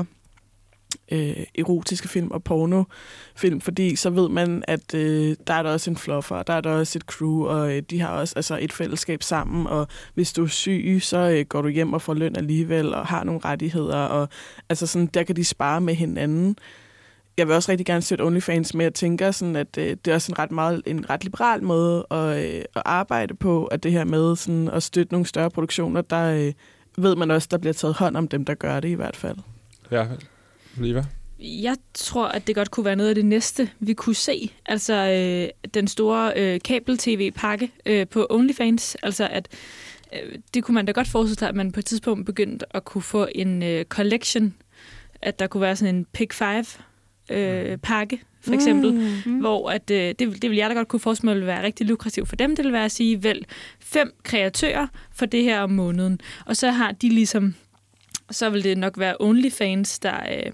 B: øh, erotiske film og pornofilm, fordi så ved man, at øh, der er der også en fluffer, der er der også et crew, og øh, de har også altså, et fællesskab sammen, og hvis du er syg, så øh, går du hjem og får løn alligevel, og har nogle rettigheder, og altså sådan, der kan de spare med hinanden. Jeg vil også rigtig gerne støtte OnlyFans, men jeg tænker sådan, at øh, det er også en ret, meget, en ret liberal måde at, øh, at arbejde på, at det her med sådan, at støtte nogle større produktioner, der øh, ved man også, der bliver taget hånd om dem, der gør det i hvert fald.
A: Ja, Liva?
C: Jeg tror, at det godt kunne være noget af det næste, vi kunne se. Altså øh, den store øh, kabel-tv-pakke øh, på OnlyFans. Altså at øh, det kunne man da godt forestille sig, at man på et tidspunkt begyndte at kunne få en øh, collection. At der kunne være sådan en Pick Five øh, pakke, for eksempel. Mm. Hvor at, øh, det, det vil jeg da godt kunne forestille mig, ville være rigtig lukrativt for dem. Det vil være at sige, vælg fem kreatører for det her om måneden. Og så har de ligesom... Så vil det nok være OnlyFans, der, øh,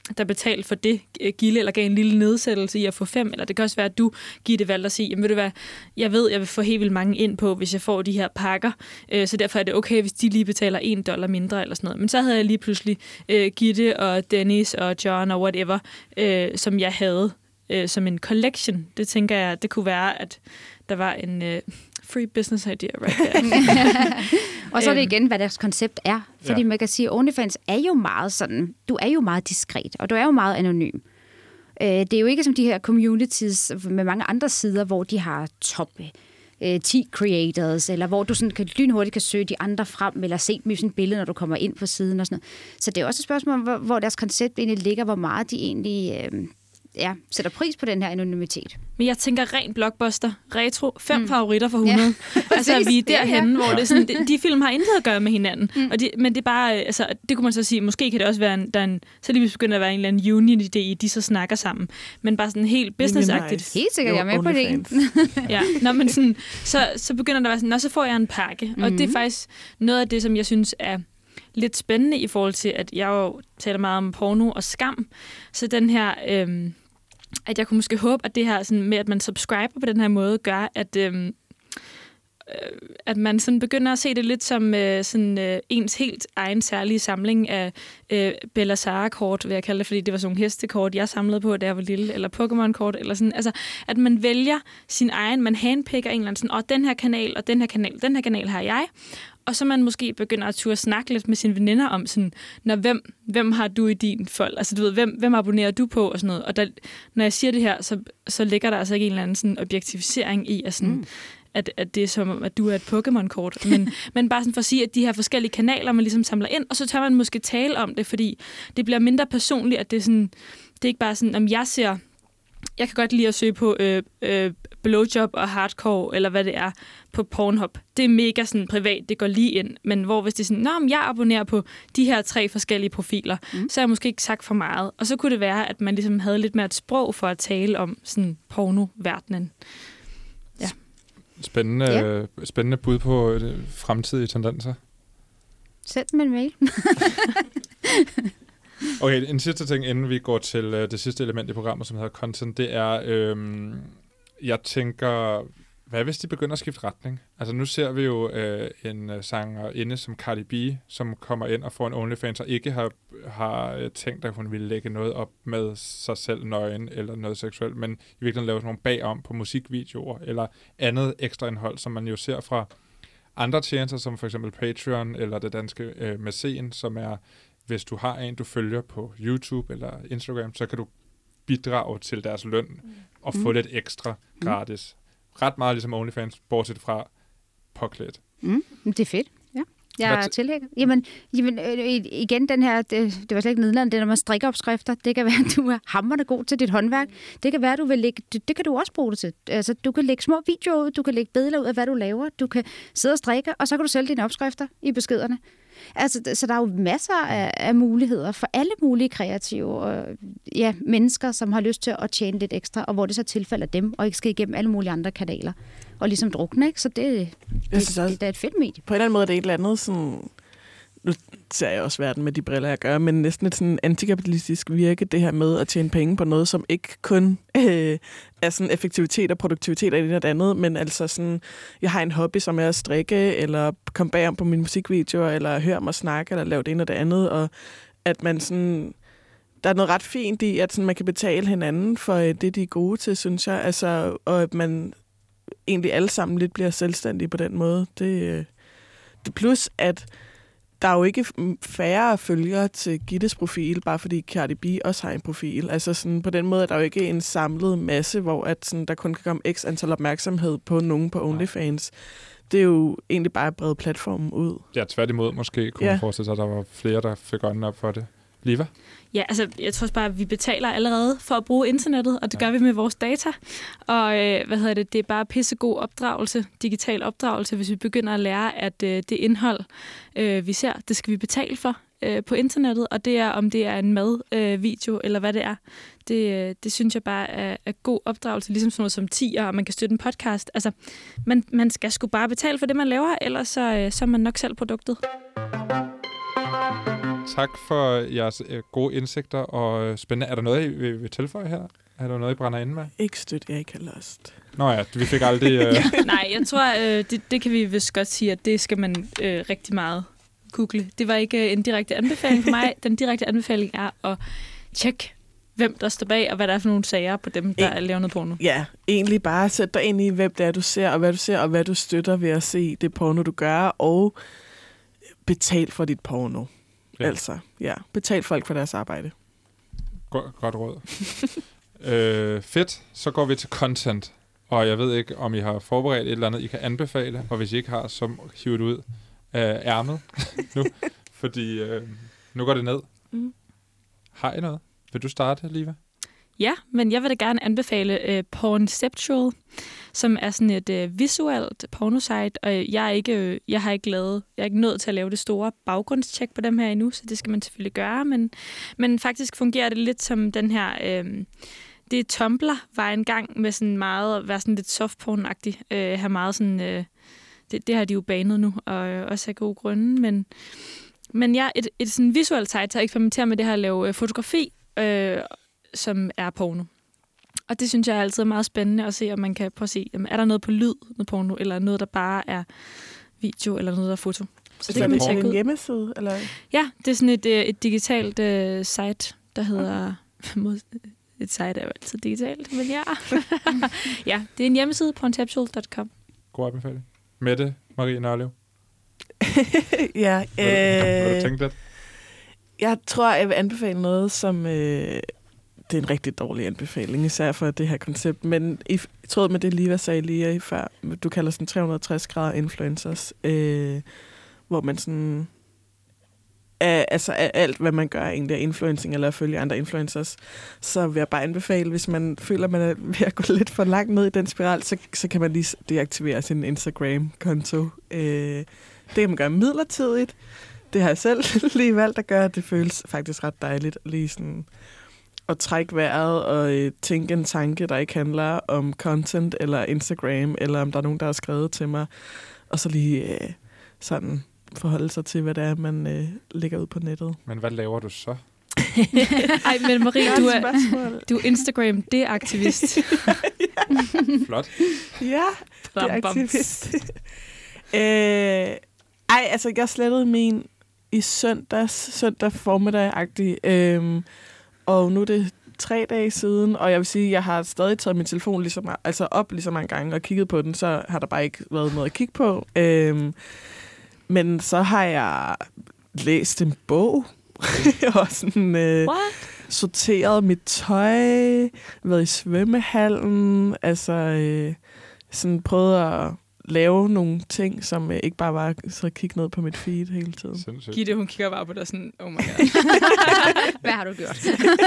C: der betalte for det, Gilde, eller gav en lille nedsættelse i at få fem, eller det kan også være, at du, Gitte, valgte at sige, jamen ved du hvad, jeg ved, jeg vil få helt vildt mange ind på, hvis jeg får de her pakker, øh, så derfor er det okay, hvis de lige betaler en dollar mindre, eller sådan noget. Men så havde jeg lige pludselig øh, Gitte og Dennis og John og whatever, øh, som jeg havde øh, som en collection. Det tænker jeg, det kunne være, at der var en øh, free business idea right there.
D: Og så er det igen, hvad deres koncept er. Fordi
A: Ja.
D: man kan sige, at OnlyFans er jo meget sådan, du er jo meget diskret, og du er jo meget anonym. Øh, det er jo ikke som de her communities med mange andre sider, hvor de har top øh, ti creators, eller hvor du sådan kan, lynhurtigt kan søge de andre frem, eller se dem i sådan et billede, når du kommer ind på siden og sådan noget. Så det er også et spørgsmål om, hvor, hvor deres koncept egentlig ligger, hvor meget de egentlig øh, ja, sætter pris på den her anonymitet.
C: Men jeg tænker ren blockbuster, retro, fem mm. favoritter for hundrede.
D: Ja.
C: Altså, vi er derhenne,
D: Ja, ja.
C: hvor det er sådan, de, de film har intet at gøre med hinanden. Mm. Og de, men det er bare, altså, det kunne man så sige, måske kan det også være, en, der er en, så lige begynder at være en eller anden union-idé i, de så snakker sammen. Men bare sådan helt business-agtigt.
B: Nice.
D: Helt sikkert, jeg er med på det.
C: Ja, nå, men sådan, så, så begynder der at være sådan, nå, så får jeg en pakke. Mm-hmm. Og det er faktisk noget af det, som jeg synes er lidt spændende i forhold til, at jeg jo taler meget om porno og skam. Så den her... Øhm, at jeg kunne måske håbe, at det her sådan, med, at man subscriber på den her måde, gør, at, øhm, øh, at man sådan begynder at se det lidt som øh, sådan, øh, ens helt egen særlige samling af øh, Bella Sara-kort, vil jeg kalde det, fordi det var sådan nogle hestekort, jeg samlede på, da jeg var lille, eller Pokémon-kort, eller sådan. Altså, at man vælger sin egen, man handpicker en eller anden sådan, og den her kanal, og den her kanal, den her kanal har jeg. Og så man måske begynder at turde snakke lidt med sine veninder om sådan, når hvem, hvem har du i din fold? Altså du ved, hvem, hvem abonnerer du på? Og sådan noget. Og der, når jeg siger det her, så, så ligger der altså ikke en eller anden sådan objektivisering i, at, sådan, mm. at, at det er som om, at du er et Pokémon-kort. Men, men bare sådan for at sige, at de her forskellige kanaler, man ligesom samler ind, og så tør man måske tale om det, fordi det bliver mindre personligt, at det er sådan, det er ikke bare sådan, om jeg ser... Jeg kan godt lide at søge på øh, øh, blowjob og hardcore, eller hvad det er, på Pornhub. Det er mega sådan privat, det går lige ind. Men hvor hvis det er sådan, nå, men jeg abonnerer på de her tre forskellige profiler, mm. så har jeg måske ikke sagt for meget. Og så kunne det være, at man ligesom havde lidt mere et sprog for at tale om sådan pornoverdenen. Ja.
A: Spændende, ja. spændende bud på øh, fremtidige tendenser.
D: Send dem en mail.
A: Okay, en sidste ting, inden vi går til øh, det sidste element i programmet, som hedder content, det er, øh, jeg tænker, hvad hvis de begynder at skifte retning? Altså nu ser vi jo øh, en øh, sangerinde som Cardi B, som kommer ind og får en OnlyFans, og ikke har, har øh, tænkt, at hun ville lægge noget op med sig selv nøgen eller noget seksuelt, men i virkeligheden lave sådan nogle bagom på musikvideoer, eller andet ekstra indhold, som man jo ser fra andre tjenester, som for eksempel Patreon, eller det danske øh, Macen, som er, hvis du har en, du følger på YouTube eller Instagram, så kan du bidrage til deres løn og få mm. lidt ekstra gratis. Ret meget ligesom OnlyFans, bortset fra påklædt.
D: Mm. Det er fedt, ja. Jeg er tilhænger. Jamen, jamen øh, igen, den her, det, det var slet ikke nedladende, det er, når man strikker opskrifter. Det kan være, at du er hamrende god til dit håndværk. Det kan være, at du vil lægge, det, det kan du også bruge det til. Altså, du kan lægge små videoer ud, du kan lægge billeder ud af, hvad du laver. Du kan sidde og strikke, og så kan du sælge dine opskrifter i beskederne. Altså, så der er jo masser af, af muligheder for alle mulige kreative og, ja, mennesker, som har lyst til at tjene lidt ekstra, og hvor det så tilfælder dem, og ikke skal igennem alle mulige andre kanaler. Og ligesom drukne, ikke? Så det, det, det, det, det er et fedt medie.
B: På en eller anden måde er det et eller andet sådan... Nu ser jeg også verden med de briller, jeg gør, men næsten et sådan antikapitalistisk virke, det her med at tjene penge på noget, som ikke kun øh, er sådan effektivitet og produktivitet af det og det andet, men altså sådan, jeg har en hobby, som er at strikke, eller komme bagom på mine musikvideoer, eller høre mig snakke, eller lave det ene og det andet, og at man sådan... Der er noget ret fint i, at sådan, man kan betale hinanden for det, de er gode til, synes jeg, altså, og at man egentlig alle sammen lidt bliver selvstændige på den måde. Det, det plus, at der er jo ikke færre følgere til Gittes profil, bare fordi Cardi B også har en profil. Altså sådan, på den måde er der jo ikke en samlet masse, hvor at, sådan, der kun kan komme x antal opmærksomhed på nogen på OnlyFans. Det er jo egentlig bare at brede platformen ud.
A: Ja, tværtimod måske kunne ja. man forestille sig, at der var flere, der fik øjnene op for det. Liva?
C: Ja, altså, jeg tror også bare, at vi betaler allerede for at bruge internettet, og det ja. gør vi med vores data. Og øh, hvad hedder det, det er bare pissegod opdragelse, digital opdragelse, hvis vi begynder at lære, at øh, det indhold, øh, vi ser, det skal vi betale for øh, på internettet, og det er, om det er en madvideo, øh, eller hvad det er. Det, øh, det synes jeg bare er, er god opdragelse, ligesom sådan noget som tier, og man kan støtte en podcast. Altså, man, man skal sgu bare betale for det, man laver, ellers så, øh, så er man nok selv produktet.
A: tak for jeres øh, gode indsigter og spændende. Er der noget, I vil, vil tilføje her? Er der noget, I brænder inde med?
B: Ikke støt, jeg ikke har lyst.
A: Nå ja, vi fik aldrig... Øh...
C: Nej, jeg tror, øh, det, det kan vi vist godt sige, at det skal man øh, rigtig meget google. Det var ikke øh, en direkte anbefaling for mig. Den direkte anbefaling er at tjekke, hvem der står bag, og hvad der er for nogle sager på dem, der e- laver noget porno.
B: Ja, egentlig bare sæt dig ind i, hvem det er, du ser, og hvad du ser, og hvad du støtter ved at se det porno, du gør, og betal for dit porno. Ja. Altså, ja. Betal folk for deres arbejde.
A: Godt, godt råd. øh, fedt. Så går vi til content. Og jeg ved ikke, om I har forberedt et eller andet, I kan anbefale. Og hvis I ikke har, så hiv det ud af ærmet nu. Fordi øh, nu går det ned. Mm. Har I noget? Vil du starte, Liva?
C: Ja, men jeg vil da gerne anbefale uh, Pornceptual, som er sådan et uh, visuelt pornosite, og jeg er ikke, uh, jeg har ikke lavet, jeg er ikke nået til at lave det store baggrundstjek på dem her endnu, så det skal man selvfølgelig gøre, men, men faktisk fungerer det lidt som den her, uh, det Tumblr var engang med sådan meget, at være sådan lidt softporn-agtig, uh, have meget sådan, uh, det, det har de jo banet nu, og uh, også af gode grunde, men, men ja, et, et sådan visuelt site, der eksperimenterer med det her at lave uh, fotografi, uh, som er porno. Og det synes jeg er altid meget spændende at se, om man kan prøve at se, jamen, er der noget på lyd med porno, eller noget, der bare er video, eller noget, der er foto.
B: Så det kan man tjekke ud. En hjemmeside? Eller?
C: Ja, det er sådan et, et digitalt uh, site, der hedder... Okay. Et site er jo altid digitalt, men ja. Ja, det er en hjemmeside, pornceptual punktum com.
A: God anbefaling. Mette Marie Nørlev.
B: Ja.
A: Øh... Har du tænkt lidt?
B: Jeg tror, jeg vil anbefale noget, som... Øh, det er en rigtig dårlig anbefaling, især for det her koncept. Men i tråd med det, Liva sagde lige før, du kalder sådan tre hundrede og tres grader influencers, øh, hvor man sådan... Øh, altså alt, hvad man gør, egentlig er influencing eller at følge andre influencers, så vil jeg bare anbefale, hvis man føler, man er ved at gå lidt for langt ned i den spiral, så, så kan man lige deaktivere sin Instagram-konto. Øh, det kan man gøre midlertidigt. Det har jeg selv lige valgt at gøre. Det føles faktisk ret dejligt lige sådan at trække vejret og øh, tænke en tanke, der ikke handler om content eller Instagram, eller om der er nogen, der har skrevet til mig, og så lige øh, sådan forholde sig til, hvad det er, man øh, lægger ud på nettet.
A: Men hvad laver du så?
C: Ej, men Marie, du er, du er Instagram-deaktivist.
B: Ja.
A: Flot.
B: Ja, deaktivist. øh, ej, altså, jeg slettede min i søndags, søndag formiddag-agtig, øhm, og nu er det tre dage siden, og jeg vil sige, jeg har stadig taget min telefon lige så meget, altså op lige så mange gange og kigget på den, så har der bare ikke været noget at kigge på. Øhm, men så har jeg læst en bog, og sådan øh, sorteret mit tøj, været i svømmehallen, altså øh, sådan prøvet at lave nogle ting, som øh, ikke bare var så kigge ned på mit feed hele tiden.
C: Sindssygt. Gitte, hun kigger bare på dig sådan, oh my god.
D: Hvad har du gjort?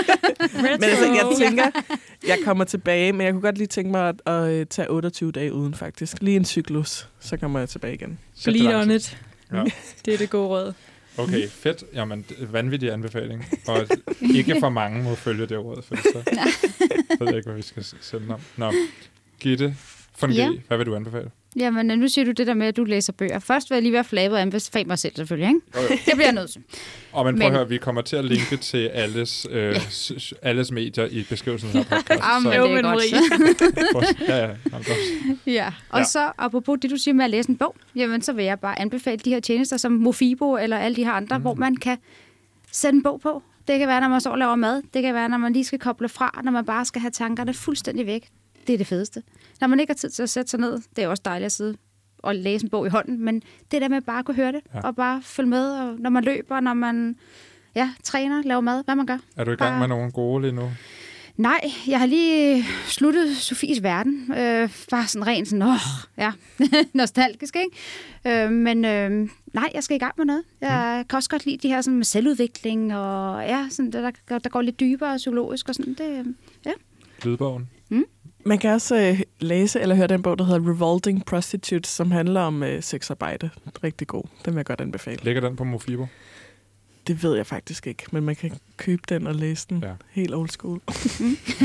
B: Men altså, jeg tænker, jeg kommer tilbage, men jeg kunne godt lige tænke mig at, at tage otteogtyve dage uden faktisk. Lige en cyklus, så kommer jeg tilbage igen.
C: Bleed on it. Ja. Det er det gode råd.
A: Okay, fedt. Jamen, vanvittig anbefaling. Og ikke for mange må følge det råd, for så ved jeg ikke, hvad vi skal sende om. Nå, Gitte, von G, ja. Hvad vil du anbefale?
D: Jamen, nu siger du det der med, at du læser bøger. Først vil jeg lige være flabet og anbefale mig selv, selvfølgelig, ikke?
A: Jo, jo.
D: Det bliver jeg nødt til.
A: Og men prøv men... at høre, vi kommer til at linke til alles, øh, ja. s- alles medier i beskrivelsen af her podcast.
D: Jamen, så... det er
A: godt. ja, ja,
D: ja, og ja. Så apropos det, du siger med at læse en bog, jamen, så vil jeg bare anbefale de her tjenester som Mofibo eller alle de her andre, mm. hvor man kan sætte en bog på. Det kan være, når man står og laver mad. Det kan være, når man lige skal koble fra, når man bare skal have tankerne fuldstændig væk. Det er det fedeste. Når man ikke har tid til at sætte sig ned, det er også dejligt at sidde og læse en bog i hånden, men det der med bare at kunne høre det, ja. Og bare følge med, og når man løber, når man ja, træner, laver mad, hvad man gør.
A: Er du i gang
D: bare...
A: med nogle gode lige nu?
D: Nej, jeg har lige sluttet Sofies Verden. Øh, bare sådan rent sådan, åh, ja, nostalgisk, ikke? Øh, men øh, nej, jeg skal i gang med noget. Jeg mm. kan også godt lide de her sådan med selvudvikling, og ja, sådan, der, der, der går lidt dybere psykologisk og sådan, det, ja.
A: Lydbogen?
D: Mm.
B: Man kan også øh, læse eller høre den bog, der hedder Revolting Prostitutes, som handler om øh, sexarbejde. Rigtig god. Den vil jeg godt anbefale.
A: Ligger den på Mofibo?
B: Det ved jeg faktisk ikke, men man kan købe den og læse den ja. Helt old school.
A: Ja.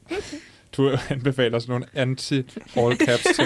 A: Du anbefaler sådan nogle anti-all caps ting.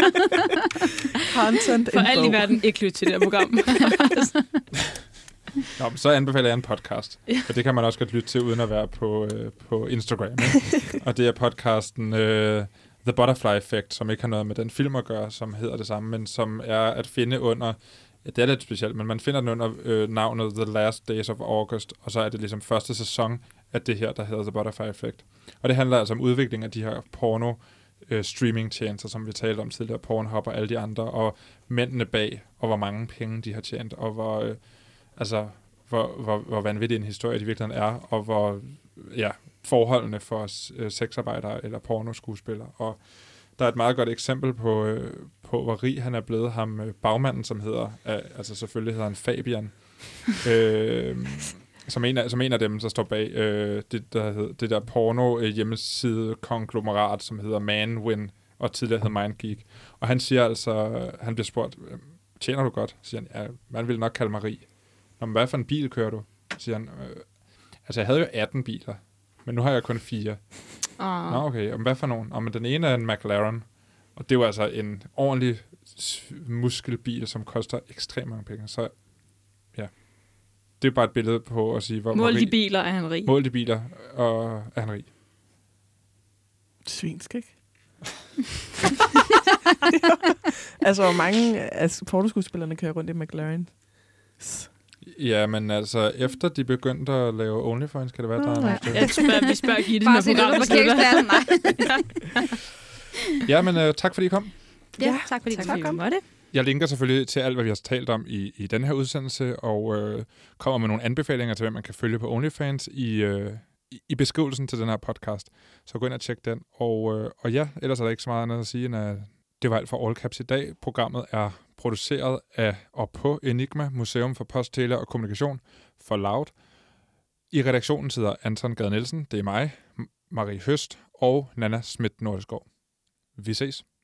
B: Content
C: for alt i verden ikke lytte til det her program.
A: Nå, så anbefaler jeg en podcast. Ja. Og det kan man også godt lytte til, uden at være på, øh, på Instagram. Ikke? Og det er podcasten øh, The Butterfly Effect, som ikke har noget med den film at gøre, som hedder det samme, men som er at finde under... Ja, det er lidt specielt, men man finder den under øh, navnet The Last Days of August, og så er det ligesom første sæson af det her, der hedder The Butterfly Effect. Og det handler altså om udvikling af de her porno øh, streaming-tjenester, som vi talte om tidligere, Pornhub og alle de andre, og mændene bag, og hvor mange penge de har tjent, og hvor, øh, altså, hvor, hvor, hvor vanvittig en historie de virkelig er, og hvor ja, forholdene for øh, sexarbejdere eller pornoskuespillere. Og der er et meget godt eksempel på, øh, på hvor rig han er blevet, ham øh, bagmanden, som hedder, øh, altså selvfølgelig hedder han Fabian, øh, som, en af, som en af dem, der står bag øh, det, der hed, det der porno øh, hjemmeside konglomerat, som hedder Manwin, og tidligere hed MindGeek. Og han siger altså, han bliver spurgt, tjener du godt? Siger han, ja, man vil nok kalde mig rig. Nå, men hvad for en bil kører du? Siger han, øh, altså jeg havde jo atten biler, men nu har jeg kun fire.
C: Oh.
A: Nå, okay. Og hvad for nogen? Og men den ene er en McLaren, og det er jo altså en ordentlig muskelbil, som koster ekstremt mange penge. Så ja, det er bare et billede på at sige, hvor
C: mål de
A: rig,
C: biler er han rig.
A: Mål de biler, og er han rig.
B: Svinsk, ikke? Altså, hvor mange altså, pornoskuespillerne kører rundt i McLaren?
A: Ja, men altså, efter de begyndte at lave OnlyFans, kan det være, der er noget.
C: Jeg spørger, vi spørger Gitte,
D: Bare
C: når
D: se det
C: programmet
D: på
C: slutter.
D: parkeringspladsen, nej.
A: Ja, men uh, tak fordi I kom.
D: Ja, tak fordi
C: Tak
D: du
C: fordi vi måtte.
A: Jeg linker selvfølgelig til alt, hvad vi har talt om i, i den her udsendelse, og øh, kommer med nogle anbefalinger til, hvem man kan følge på OnlyFans i, øh, i, i beskrivelsen til den her podcast. Så gå ind og tjek den. Og, øh, og ja, ellers er der ikke så meget andet at sige, end at det var alt for All Caps i dag. Programmet er produceret af og på Enigma, Museum for Post, Tele og Kommunikation for Loud. I redaktionen sidder Anton Gade Nielsen, det er mig, Marie Høst og Nana Schmidt Nordeskov. Vi ses.